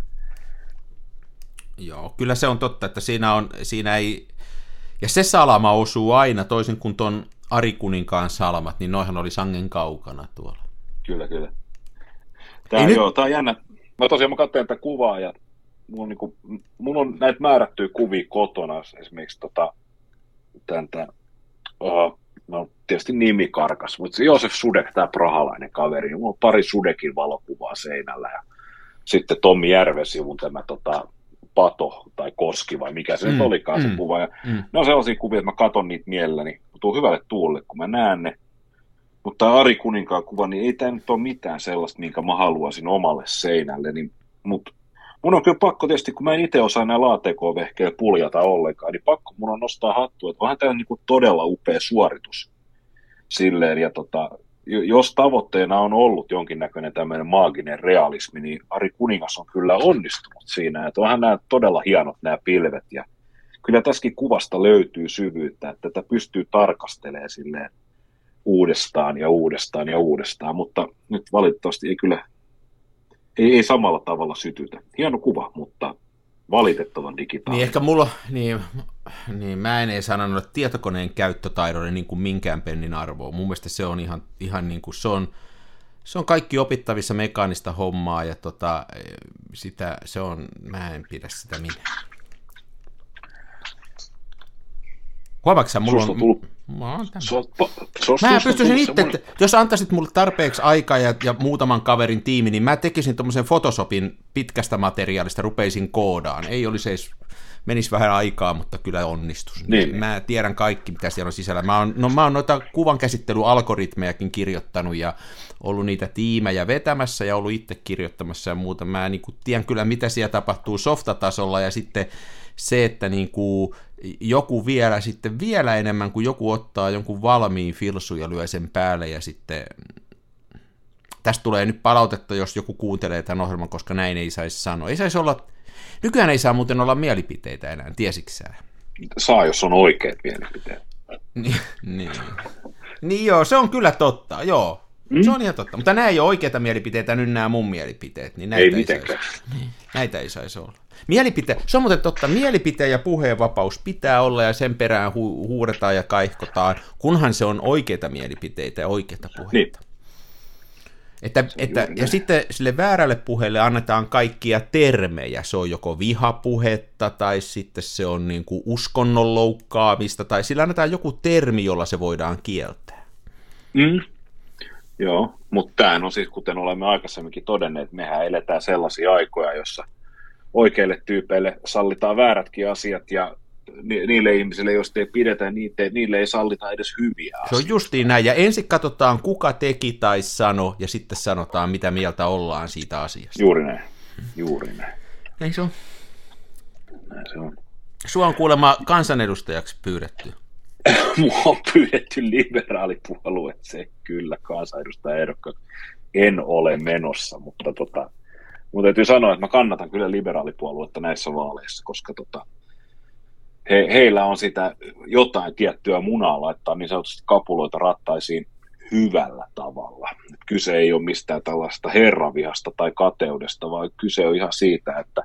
Joo, kyllä se on totta, että siinä, on, siinä ei... Ja se salama osuu aina, toisin kuin ton Ari Kuninkaan salamat, niin noihan oli sangen kaukana tuolla. Kyllä, kyllä. Tää, joo, nyt... tää on jännä. Mä tosiaan mä katsoin tätä kuvaa, ja mun on, niinku, mun on näitä määrättyjä kuvia kotona, esimerkiksi tota, tämän, tämän, uh, no tietysti nimi karkas, mutta Joosef Sudek, tämä prahalainen kaveri, mulla on pari Sudekin valokuvaa seinällä, ja sitten Tommi Järvesivun tämä tota, Pato tai Koski vai mikä se mm, nyt olikaan mm, se kuva. Ja mm. Ne on sellaisia kuvia, että mä katon niitä mielelläni. Mä tuun hyvälle tuulle, kun mä näen ne. Mutta tämä Ari Kuninkaan kuva, niin ei tämä nyt ole mitään sellaista, minkä mä haluaisin omalle seinälle. Niin, mutta mun on kyllä pakko tietysti, kun mä en itse osaa nämä laatekoon-vehkeillä puljata ollenkaan, niin pakko mun on nostaa hattua, että onhan tämä niin todella upea suoritus silleen. Ja tota, jos tavoitteena on ollut jonkinnäköinen tämmöinen maaginen realismi, niin Ari Kuningas on kyllä onnistunut siinä, että onhan nämä todella hienot nämä pilvet, ja kyllä tässäkin kuvasta löytyy syvyyttä, että tätä pystyy tarkastelemaan silleen uudestaan ja uudestaan ja uudestaan, mutta nyt valitettavasti ei kyllä, ei, ei samalla tavalla sytytä. Hieno kuva, mutta valitettavan digitaalinen. Niin ehkä mulla, niin, niin mä en ei sanonut tietokoneen käyttötaidolle niin kuin minkään pennin arvoa. Mun mielestä se on ihan, ihan niin kuin, se on, se on kaikki opittavissa mekaanista hommaa, ja tota, sitä, se on, mä en pidä sitä minä. Huomaatko sä, mulla on... Tullut... Mä, on so, mä pystyisin itse, semmoinen... jos antaisit mulle tarpeeksi aikaa ja, ja muutaman kaverin tiimi, niin mä tekisin tuommoisen Photoshopin pitkästä materiaalista, rupeisin koodaan. Ei olisi edes, menisi vähän aikaa, mutta kyllä onnistus. Niin. Mä tiedän kaikki, mitä siellä on sisällä. Mä oon, no, mä oon noita kuvankäsittelyalgoritmejakin kirjoittanut ja ollut niitä tiimejä vetämässä ja ollut itse kirjoittamassa ja muuta. Mä niin kuin tiedän kyllä, mitä siellä tapahtuu softatasolla, ja sitten se, että niin kuin joku vielä sitten vielä enemmän, kuin joku ottaa jonkun valmiin filsun ja lyö sen päälle, ja sitten tästä tulee nyt palautetta, jos joku kuuntelee tämän ohjelman, koska näin ei saisi sanoa. Ei saisi olla, nykyään ei saa muuten olla mielipiteitä enää, tiesiksää? Saa, jos on oikeat mielipiteet. niin, niin. niin joo, se on kyllä totta, joo. Mm. Se on ihan totta, mutta nämä ei ole oikeita mielipiteitä, nyt nämä mun mielipiteet, niin näitä ei, ei saisi, niin, näitä ei saisi olla. Mielipite, se on muuten totta, mielipiteen ja puheenvapaus pitää olla, ja sen perään hu- huudetaan ja kaihkotaan, kunhan se on oikeita mielipiteitä ja oikeita puheita. Niin. Että, että, ja sitten sille väärälle puheelle annetaan kaikkia termejä, se on joko vihapuhetta, tai sitten se on niin kuin uskonnon loukkaamista, tai sillä annetaan joku termi, jolla se voidaan kieltää. Mm. Joo, mutta tämähän on siis, kuten olemme aikaisemminkin todenneet, että mehän eletään sellaisia aikoja, jossa oikeille tyypeille sallitaan väärätkin asiat, ja ni- niille ihmisille, joista ei pidetä, niitä, niille ei sallita edes hyviä asioita. Se on justiin näin, ja ensin katsotaan, kuka teki tai sano, ja sitten sanotaan, mitä mieltä ollaan siitä asiasta. Juuri näin, juuri näin. Näin se on. Näin se on. Sua on kuulemma kansanedustajaksi pyydetty. Mua on pyydetty liberaalipuolueeseen, kyllä, kansanedustajaehdokkaan. En ole menossa, mutta tota, mun täytyy sanoa, että mä kannatan kyllä liberaalipuoluetta näissä vaaleissa, koska tota, he, heillä on sitä jotain tiettyä munaa laittaa niin sanotusti kapuloita rattaisiin hyvällä tavalla. Et kyse ei ole mistään tällaista herravihasta tai kateudesta, vaan kyse on ihan siitä, että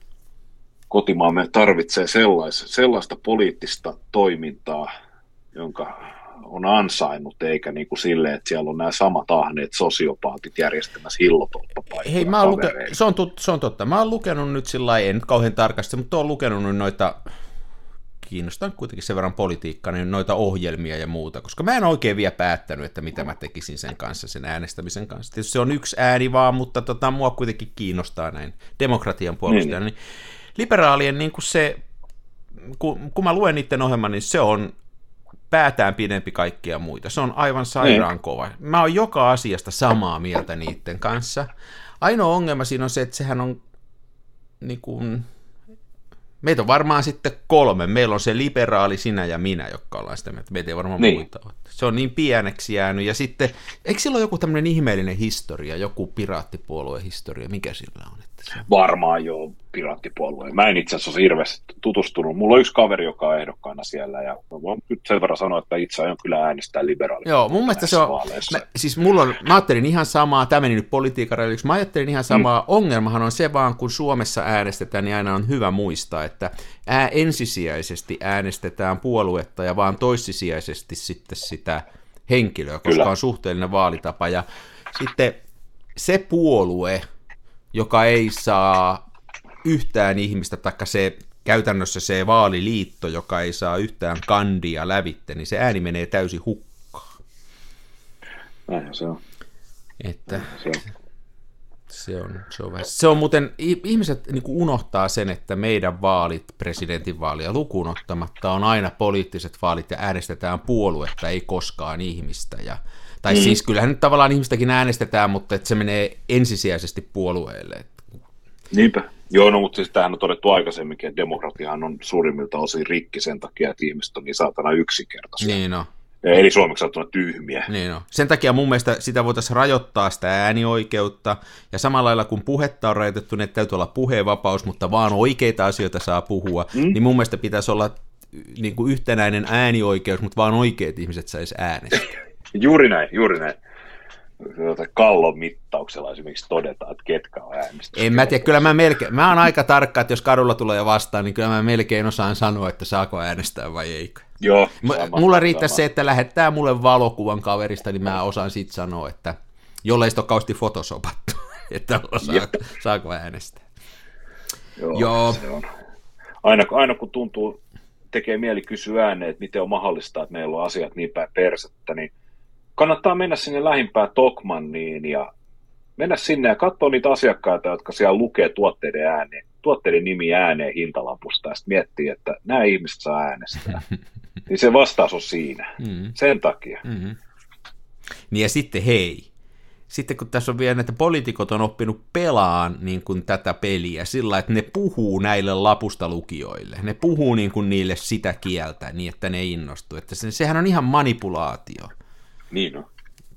kotimaamme tarvitsee sellaista, sellaista poliittista toimintaa, jonka on ansainnut, eikä niin kuin silleen, että siellä on nämä samat ahneet sosiopaatit järjestämässä hillotolppapaikkoja. Hei, mä oon luke- se, on tut- se on totta. Mä oon lukenut nyt sillä lailla, en nyt kauhean tarkasti, mutta oon lukenut nyt noita, kiinnostaa kuitenkin sen verran politiikkaa, niin noita ohjelmia ja muuta, koska mä en oikein vielä päättänyt, että mitä mä tekisin sen kanssa, sen äänestämisen kanssa. Tietysti se on yksi ääni vaan, mutta tota, mua kuitenkin kiinnostaa näin demokratian puolustajana. Niin, niin. Liberaalien niin kuin se, kun, kun mä luen niiden ohjelman, niin se on päätään pidempi kaikkia muita. Se on aivan sairaan kova. Mä oon joka asiasta samaa mieltä niiden kanssa. Ainoa ongelma siinä on se, että sehän on niin kuin, meitä on varmaan sitten kolme. Meillä on se liberaali, sinä ja minä, jotka ollaan sitä mieltä. Meitä ei varmaan niin. muita ole. Se on niin pieneksi jäänyt. Ja sitten, eikö sillä ole joku tämmöinen ihmeellinen historia, joku piraattipuolueen historia? Mikä sillä on? Että se... Varmaan joo, piraattipuolueen. Mä en itse asiassa ole hirveästi tutustunut. Mulla on yksi kaveri, joka on ehdokkaana siellä, ja voin nyt sen verran sanoa, että itse aion kyllä äänestää liberaali. Joo, mun mielestä se on, mä, siis mulla on, mä ajattelin ihan samaa, tämä meni nyt politiikan rajoiksi, mä ajattelin ihan samaa, mm. ongelmahan on se vaan, kun Suomessa äänestetään, niin aina on hyvä muistaa, että ää, ensisijaisesti äänestetään puoluetta ja vaan toissisijaisesti sitten sitä henkilöä, koska kyllä. on suhteellinen vaalitapa, ja sitten se puolue, joka ei saa yhtään ihmistä, taikka se käytännössä se vaaliliitto, joka ei saa yhtään kandia lävitte, niin se ääni menee täysin hukkaan. Näinhän se on. Että se on. Se on, se on, se on muuten, ihmiset niin kuin unohtaa sen, että meidän vaalit, presidentinvaalia lukuun ottamatta, on aina poliittiset vaalit ja äänestetään puoluetta, ei koskaan ihmistä. Ja, tai mm. siis kyllähän nyt tavallaan ihmistäkin äänestetään, mutta että se menee ensisijaisesti puolueelle. Niinpä. Joo, no, mutta siis tämähän on todettu aikaisemminkin, että demokratiahan on suurimmilta osin rikki sen takia, että ihmiset on niin saatana yksinkertaisia. Niin no. Eli suomeksi sanottuna tyhmiä. Niin no. Sen takia mun mielestä sitä voitaisiin rajoittaa sitä äänioikeutta, ja samalla lailla kun puhetta on rajoitettu, niin täytyy olla puheenvapaus, mutta vaan oikeita asioita saa puhua, mm. niin mun mielestä pitäisi olla niin kuin yhtenäinen äänioikeus, mutta vaan oikeat ihmiset saisi äänestää. Juuri näin, juuri näin. Kallon mittauksella esimerkiksi todetaan, että ketkä on äänestänyt. En mä tiedä, kyllä mä melkein, mä oon aika tarkka, että jos kadulla tulee vastaan, niin kyllä mä melkein osaan sanoa, että saako äänestää vai eikö. Joo. Sama, mulla riittää sama. Se, että lähettää mulle valokuvan kaverista, niin mä osaan sitten sanoa, että jollei sitä ole kauheasti fotosopattu, että osaa, saako äänestää. Joo, Joo. Se on. Aina, aina kun tuntuu, tekee mieli kysyä ääneen, että miten on mahdollista, että meillä on asiat niin päin persettä, niin kannattaa mennä sinne lähimpään Tokmanniin ja mennä sinne ja katsoa niitä asiakkaita, jotka siellä lukee tuotteiden ääneen, tuotteiden nimi ääneen hintalapusta ja sitten miettii, että nämä ihmiset saa äänestää. Niin se vastaus on siinä. Mm-hmm. Sen takia. Mm-hmm. Niin ja sitten hei, sitten kun tässä on vielä, että poliitikot on oppinut pelaan niin kuin tätä peliä sillä, että ne puhuu näille lapusta lukijoille. Ne puhuu niin kuin niille sitä kieltä niin, että ne innostuu. Että se, sehän on ihan manipulaatio. Niin on.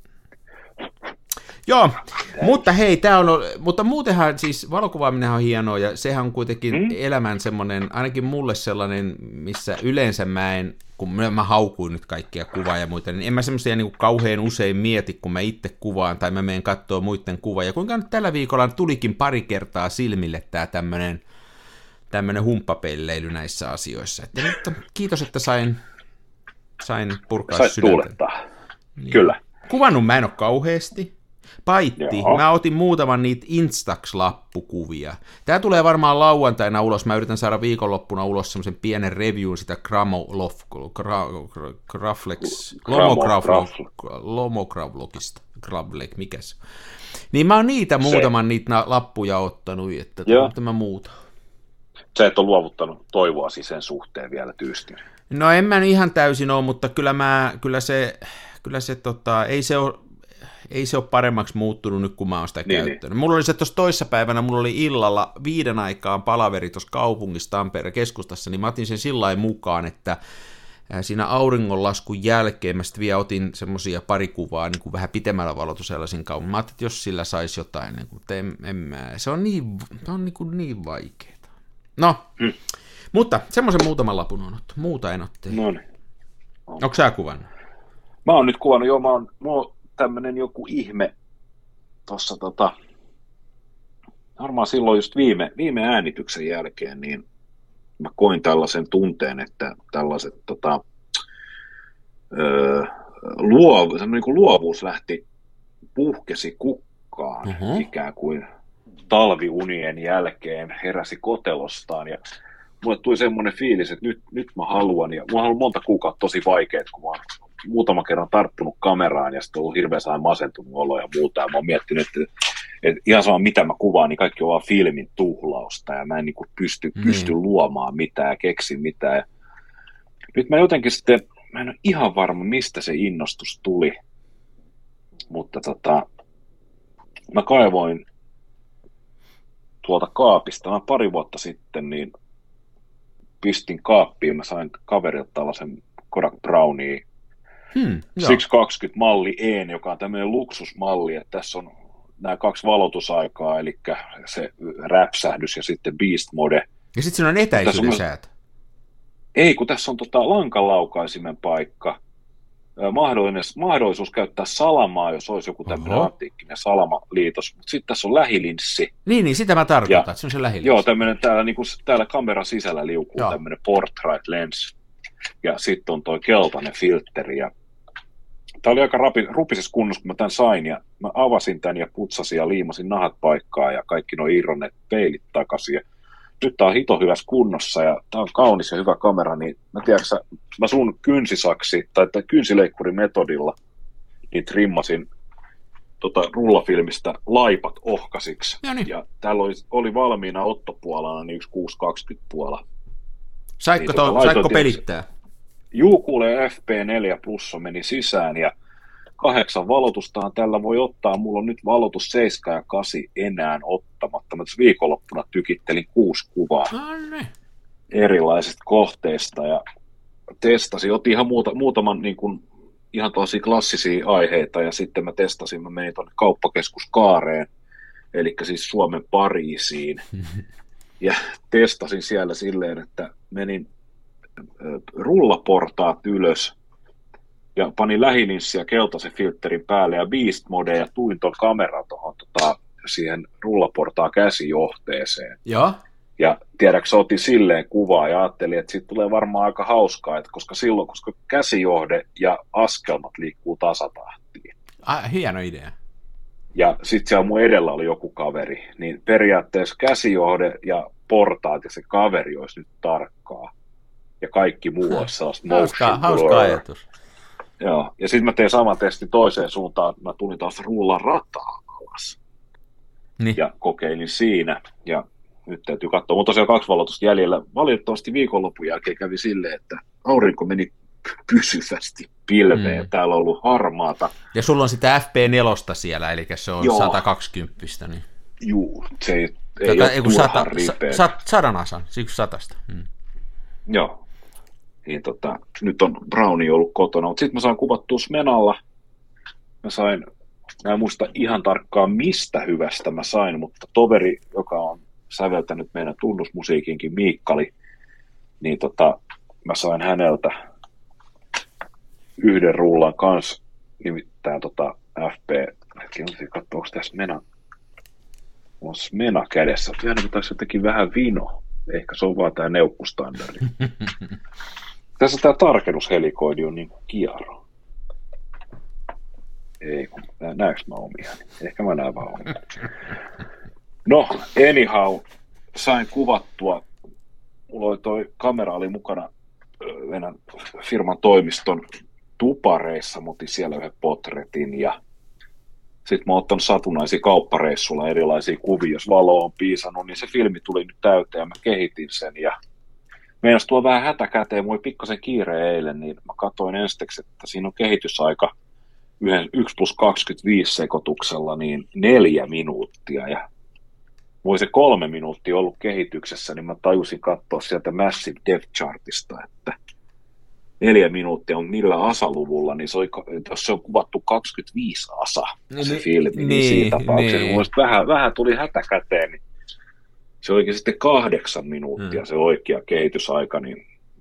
Joo, mutta hei, tämä on, mutta muutenhan siis valokuvaaminen on hienoa ja sehän on kuitenkin mm. elämän semmoinen, ainakin mulle sellainen, missä yleensä mä en, kun mä haukuin nyt kaikkia kuvaa ja muita, niin en mä semmoisia niin kuin kauhean usein mieti, kun mä itse kuvaan tai mä menen katsoa muiden kuvaa. Ja kuinka nyt tällä viikolla tulikin pari kertaa silmille tämä tämmöinen tämmöinen humppapelleily näissä asioissa. Että nyt, kiitos, että sain, sain purkaa Sait sydäntä. Tuulettaa. Niin. Kyllä. Kuvannut mä en ole kauheasti. Paitti, Joo. mä otin muutaman niitä Instax-lappukuvia. Tää tulee varmaan lauantaina ulos, mä yritän saada viikonloppuna ulos semmoisen pienen reviewn sitä Gramolof, gra, gra, Graflex, Lomogravlogista, Gravlek, mikä se? Niin mä oon niitä muutaman se. niitä lappuja ottanut, että tämä muuta. Sä et ole luovuttanut toivoasi sen suhteen vielä tyystin. No en mä ihan täysin ole, mutta kyllä, mä, kyllä se, kyllä se tota, ei se ole, ei se ole paremmaksi muuttunut nyt, kun mä oon sitä niin, käyttänyt. Niin. Mulla oli se tuossa toissapäivänä, mulla oli illalla viiden aikaan palaveri tuossa kaupungissa Tampereen keskustassa, niin mä otin sen sillain mukaan, että siinä auringonlaskun jälkeen mä sitten vielä otin semmoisia pari kuvaa niin kuin vähän pitemmällä valotusella siinä kaupungin. Mä ajattelin, että jos sillä saisi jotain, niin kuin, en, en mä, se on niin, on niin, kuin niin vaikeaa. No, hmm. mutta semmoisen muutaman lapun on ottu, muuta en ole tehnyt. No niin. Onko sä kuvannut? Mä oon nyt kuvannut, joo, mä oon, mulla on tämmönen joku ihme tossa tota, varmaan silloin just viime, viime äänityksen jälkeen, niin mä koin tällaisen tunteen, että tällaiset tota, öö, luov, niin kuin luovuus lähti, puhkesi kukkaan uh-huh. ikään kuin talviunien jälkeen, heräsi kotelostaan ja mulle tuli semmoinen fiilis, että nyt, nyt mä haluan, ja mulla on ollut monta kuukautta tosi vaikeet, kun mä oon muutama kerran tarttunut kameraan ja sitten on ollut hirveän saa masentunut olo ja muuta, ja mä oon miettinyt, että, että ihan sama mitä mä kuvaan, niin kaikki on vaan filmin tuhlausta, ja mä en niin kuin pysty, mm. pysty luomaan mitään ja keksin mitään. Ja nyt mä jotenkin sitten, mä en ole ihan varma, mistä se innostus tuli, mutta tota, mä kaivoin tuolta kaapista, mä pari vuotta sitten, niin pistin kaappiin, mä sain kaverilta tällaisen Kodak Brownie hmm, siksi kaksikymmentä malli E, joka on tämmöinen luksusmalli, että tässä on nämä kaksi valotusaikaa, eli se räpsähdys ja sitten beast mode. Ja sitten siinä on etäisyyden säät. Ei, kun tässä on tota lankalaukaisimen paikka, mahdollisuus käyttää salamaa, jos olisi joku tämmöinen antiikkinen salamaliitos, mutta sitten tässä on lähilinssi. Niin, niin sitä mä tarkoitan, että se on se lähilinssi. Joo, tämmöinen täällä, niin kuin, täällä kameran sisällä liukuu joo. tämmöinen portrait lens, ja sitten on toi keltainen filtteri, ja tämä oli aika rapi, rupisessa kunnossa, kun mä tämän sain, ja mä avasin tämän ja putsasin ja liimasin nahat paikkaa, ja kaikki nuo irronneet peilit takaisin, ja nyt tää on hito hyvässä kunnossa, ja tää on kaunis ja hyvä kamera, niin mä tiedätkö, mä sun kynsisaksi, tai, tai kynsileikkurimetodilla, niin trimmasin tota rullafilmistä laipat ohkasiksi, Jani. ja täällä oli, oli valmiina ottopuolella niin yksi kuusi kaksikymmentä puolella. Saikko, niin, tota, saikko pelittää? Juu, kuulee F P neljä Plus meni sisään, ja kahdeksan valotustaan tällä voi ottaa. Mulla on nyt valotus seitsemän ja kahdeksan enää ottamatta. Mä tässä viikonloppuna tykittelin kuusi kuvaa Anne. erilaisista kohteista ja testasin. Otin ihan muuta, muutaman niin kuin, ihan tosi klassisia aiheita ja sitten mä testasin. Mä menin tuonne kauppakeskus Kaareen, eli siis Suomen Pariisiin. Ja testasin siellä silleen, että menin rullaportaat ylös ja panin lähilinssiä keltaisen filterin päälle ja beast mode ja tuin ton kameran tuohon tota, siihen rullaportaan käsijohteeseen. Ja, ja tiedätkö, otin silleen kuvaa ja ajattelin, että siitä tulee varmaan aika hauskaa, että koska silloin, koska käsijohde ja askelmat liikkuu tasatahtiin. Ah, hieno idea. Ja sitten siellä mun edellä oli joku kaveri, niin periaatteessa käsijohde ja portaat ja se kaveri olisi nyt tarkkaa. Ja kaikki muu olisi sellaista motion hauska ajatus. Joo, ja sitten mä tein saman testin toiseen suuntaan, mä tulin taas rullan rataa alas. Niin. Ja kokeilin siinä, ja nyt täytyy katsoa. Mutta tosiaan kaksi valotusta jäljellä. Valitettavasti viikonlopun jälkeen kävi silleen, että aurinko meni pysyvästi pilveen. Mm. Täällä on ollut harmaata. Ja sulla on sitä F P neljä siellä, eli se on joo. sata kaksikymmentä. Niin. Juu, se ei, ei tota, ole turhan sata, ripeä. Sa, sadan asan, siksi satasta. Mm. Joo. Niin tota, nyt on Brownie ollut kotona, mutta sitten mä sain kuvattua Smenalla. Mä sain, mä en muista ihan tarkkaan mistä hyvästä mä sain, mutta toveri, joka on säveltänyt meidän tunnusmusiikinkin, Miikkali, niin tota, mä sain häneltä yhden rullan kanssa, nimittäin tota F P, hetken on katsoa, onko tässä Smena, on Smena kädessä, tiedän, kun tässä jotenkin vähän vino, ehkä se on vaan tää neukkustandardi. Tässä tämä tarkennushelikoidi on niin kuin kiaro. Ei, kun näekö mä omiani? Ehkä mä näen vaan omiani. No, anyhow, sain kuvattua. Mulla oli toi kamera oli mukana meidän firman toimiston tupareissa. Mä otin siellä yhden potretin ja sitten mä oon ottanut satunnaisia kauppareissulla erilaisia kuvia. Jos valo on piisannut, niin se filmi tuli nyt täyteen ja mä kehitin sen ja meinas tuo vähän hätäkäteen, mulla oli pikkasen kiire eilen, niin mä katsoin ensiksi, että siinä on kehitysaika yksi plus kaksikymmentäviisi sekoituksella niin neljä minuuttia. Ja voi se kolme minuuttia ollut kehityksessä, niin mä tajusin katsoa sieltä Massive Depth Chartista, että neljä minuuttia on millä asaluvulla, niin se oli, jos se on kuvattu kaksikymmentäviisi asa niin, se filmi, niin, niin siinä tapauksessa niin. Vähän, vähän tuli hätäkäteen, niin se olikin sitten kahdeksan minuuttia hmm. se oikea kehitysaika, niin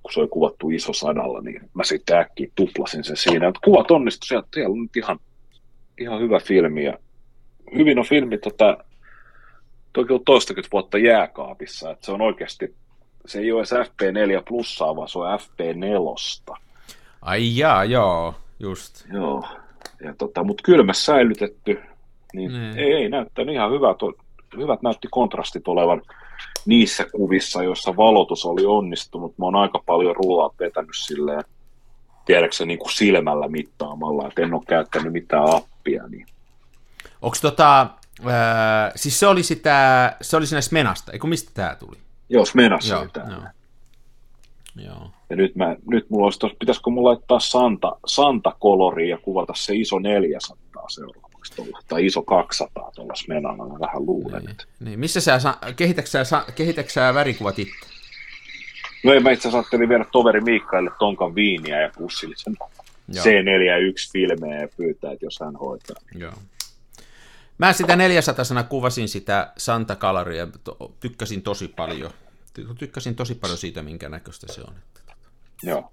kun se oli kuvattu isosadalla, niin mä sitten äkkiä tuplasin sen siinä. Mutta kuvat onnistui sieltä, siellä on nyt ihan, ihan hyvä filmi. Ja hyvin on filmi, tota, toki on toistakymmentä vuotta jääkaapissa, että se on oikeasti, se ei ole edes F P neljä plussaa, vaan se on F P neljä. Ai jaa, joo, just. Joo, ja tota, mutta kylmässä säilytetty, niin mm. ei, ei näyttänyt ihan hyvät, hyvät näytti kontrastit olevan niissä kuvissa, joissa valotus oli onnistunut. Mä oon aika paljon rullaa vetänyt silleen, tiedätkö niin kuin silmällä mittaamalla, että en ole käyttänyt mitään appia. Niin. Onko tota, äh, siis se oli sitä, se oli siinä Smenasta, eikö mistä tää tuli? Joo, Smenassa oli tää. Joo. Ja nyt, mä, nyt mulla olisi tos, pitäisikö mulla laittaa Santa, Santa Coloriin ja kuvata se iso neljäsataa seuraavaksi tuolla, tai iso kaksisataa tuolla Smenalla, mä vähän luulen. Niin, niin. Missä sä, kehitätkö sä värikuvat itse? No ei, mä itse asiassa ajattelin viedä toveri Miikkaille tonkan viiniä ja pussillisen C neljäkymmentäyksi filmejä ja pyytää, että jos hän hoitaa. Joo. Mä sitä neljäsatasena kuvasin sitä Santa Coloria, tykkäsin tosi paljon. Tykkäsin tosi paljon siitä, minkä näköistä se on. Joo.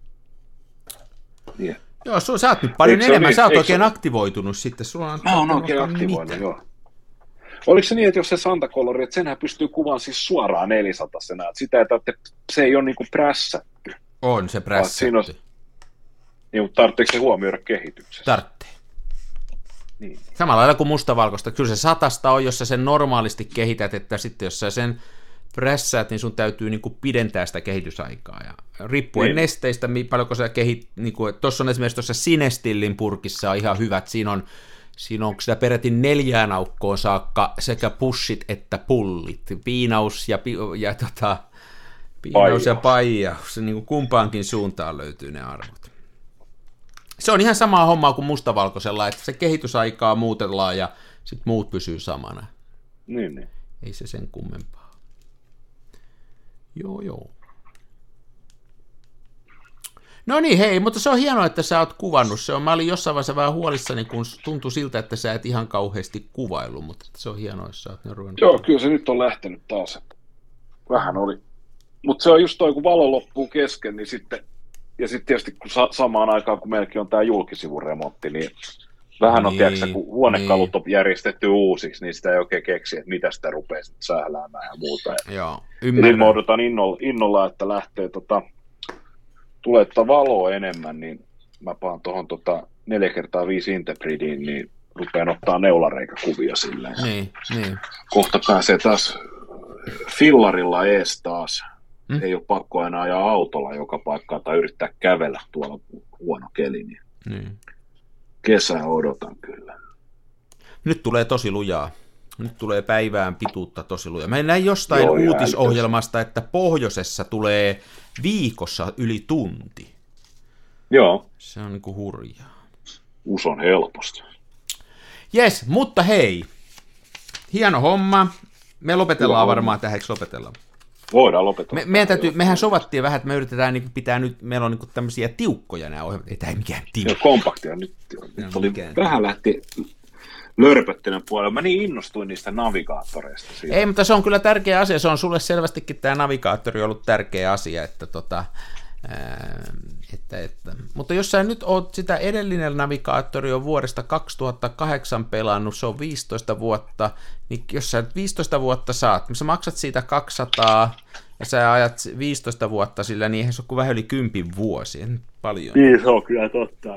Yeah. Joo, su, sä oot nyt paljon enemmän, niin, sä oot oikein se aktivoitunut sitten. Sulla on mä oon oikein aktivoinut, joo. Oliko se niin, että jos se Santa Colori, että senhän pystyy kuvaan siis suoraan neljäsatasena, että sitä ei tarvitse, se ei ole niin kuin prässätty. On se prässätty. On, niin, mutta tarvitseeko se huomioida kehityksessä? Tarvitsee. Niin. Samalla lailla kuin mustavalkoista. Kyllä se satasta on, jos sä sen normaalisti kehität, että sitten jos sä sen prässäät, niin sun täytyy niin kuin pidentää sitä kehitysaikaa. Ja riippuen niin nesteistä, paljonko sä kehit, niin kuin, tuossa on esimerkiksi tuossa Cinestillin purkissa on ihan hyvät, siinä on, siinä on sitä peräti neljään aukkoon saakka sekä pushit että pullit, piinaus ja, ja, tota, piinaus ja paijaus, se niin kuin kumpaankin suuntaan löytyy ne arvot. Se on ihan samaa hommaa kuin mustavalkoisella, että se kehitysaikaa muutellaan ja sitten muut pysyy samana. Niin, niin. Ei se sen kummempaa. Joo, joo. No niin, hei, mutta se on hienoa, että sä oot kuvannut. Se on, mä olin jossain vaiheessa vähän huolissani, kun tuntui siltä, että sä et ihan kauheasti kuvaillut, mutta se on hienoa, jos sä oot ne ruvennut. Joo, kyllä se nyt on lähtenyt taas. Vähän oli. Mutta se on just toi, kun valo loppuu kesken, niin sitten, ja sitten tietysti kun sa- samaan aikaan, kun meilläkin on tää julkisivuremontti, niin vähän on, niin, tiedätkö, kun huonekalut niin on järjestetty uusiksi, niin sitä ei oikein keksi, että mitä sitä rupeaa sitten sähläämään ja muuta. Joo, ymmärrän. Eli mä odotan innolla, innolla, että lähtee, tota, tulee tota valoa enemmän, niin mä paan tuohon tota neljä kertaa viisi Interbridiin, niin rupean ottaa neulareikäkuvia silleen. Niin, niin. Kohta pääsee taas fillarilla ees taas. Hmm? Ei ole pakko enää ajaa autolla joka paikkaan tai yrittää kävellä tuolla huono keli, niin, niin. Kesää odotan kyllä. Nyt tulee tosi lujaa. Nyt tulee päivään pituutta tosi lujaa. Mä näin jostain Joo, uutisohjelmasta, että pohjoisessa tulee viikossa yli tunti. Joo. Se on niinku hurjaa. Uson helposti. Jes, mutta hei. Hieno homma. Me lopetellaan Hyvä varmaan homma. Tähän, eikö lopetella? Voidaan lopetella. Me, meidän täytyy, mehän sovattiin vähän, että me yritetään niin pitää nyt, meillä on niin tämmöisiä tiukkoja nämä ohjelmat. Ei tämä ei mikään tiukka. Joo, kompaktia. Nyt, nyt oli, vähän lähti lörpöttinen puolella. Mä niin innostuin niistä navigaattoreista. Siitä. Ei, mutta se on kyllä tärkeä asia. Se on sulle selvästikin tämä navigaattori ollut tärkeä asia. Että tota, ää, että, että. Mutta jos sä nyt oot sitä edellinen navigaattori on vuodesta kaksituhattakahdeksan pelannut, se on viisitoista vuotta, niin jos sä viisitoista vuotta saat, sä maksat siitä kaksisataa ja sä ajat viisitoista vuotta sillä, niin eihän se ole kuin vähän yli kympin vuosi, paljon. Niin, se on kyllä totta.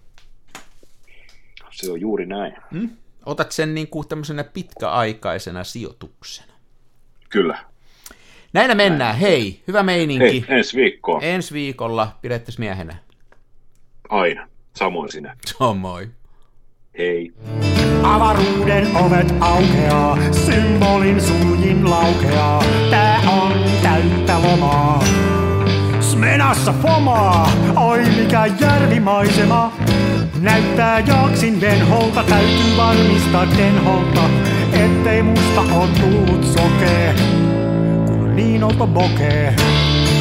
Se on juuri näin. Hmm? Otat sen niin kuin tämmöisenä pitkäaikaisena sijoituksena. Kyllä. Näinä mennään. Näin. Hei, hyvä meininki. Hei, ensi viikkoon. Ensi viikolla pidettäisiin miehenä. Aina. Samoin sinä. Samoin. Hei. Avaruuden ovet aukeaa, symbolin suljin laukeaa. Tää on täyttä lomaa. Smenassa fomaa, oi mikä järvimaisema. Näyttää jaksin venholta, täytyy varmistaa denholta, ettei musta on tullut sokee, kun niin olta bokee.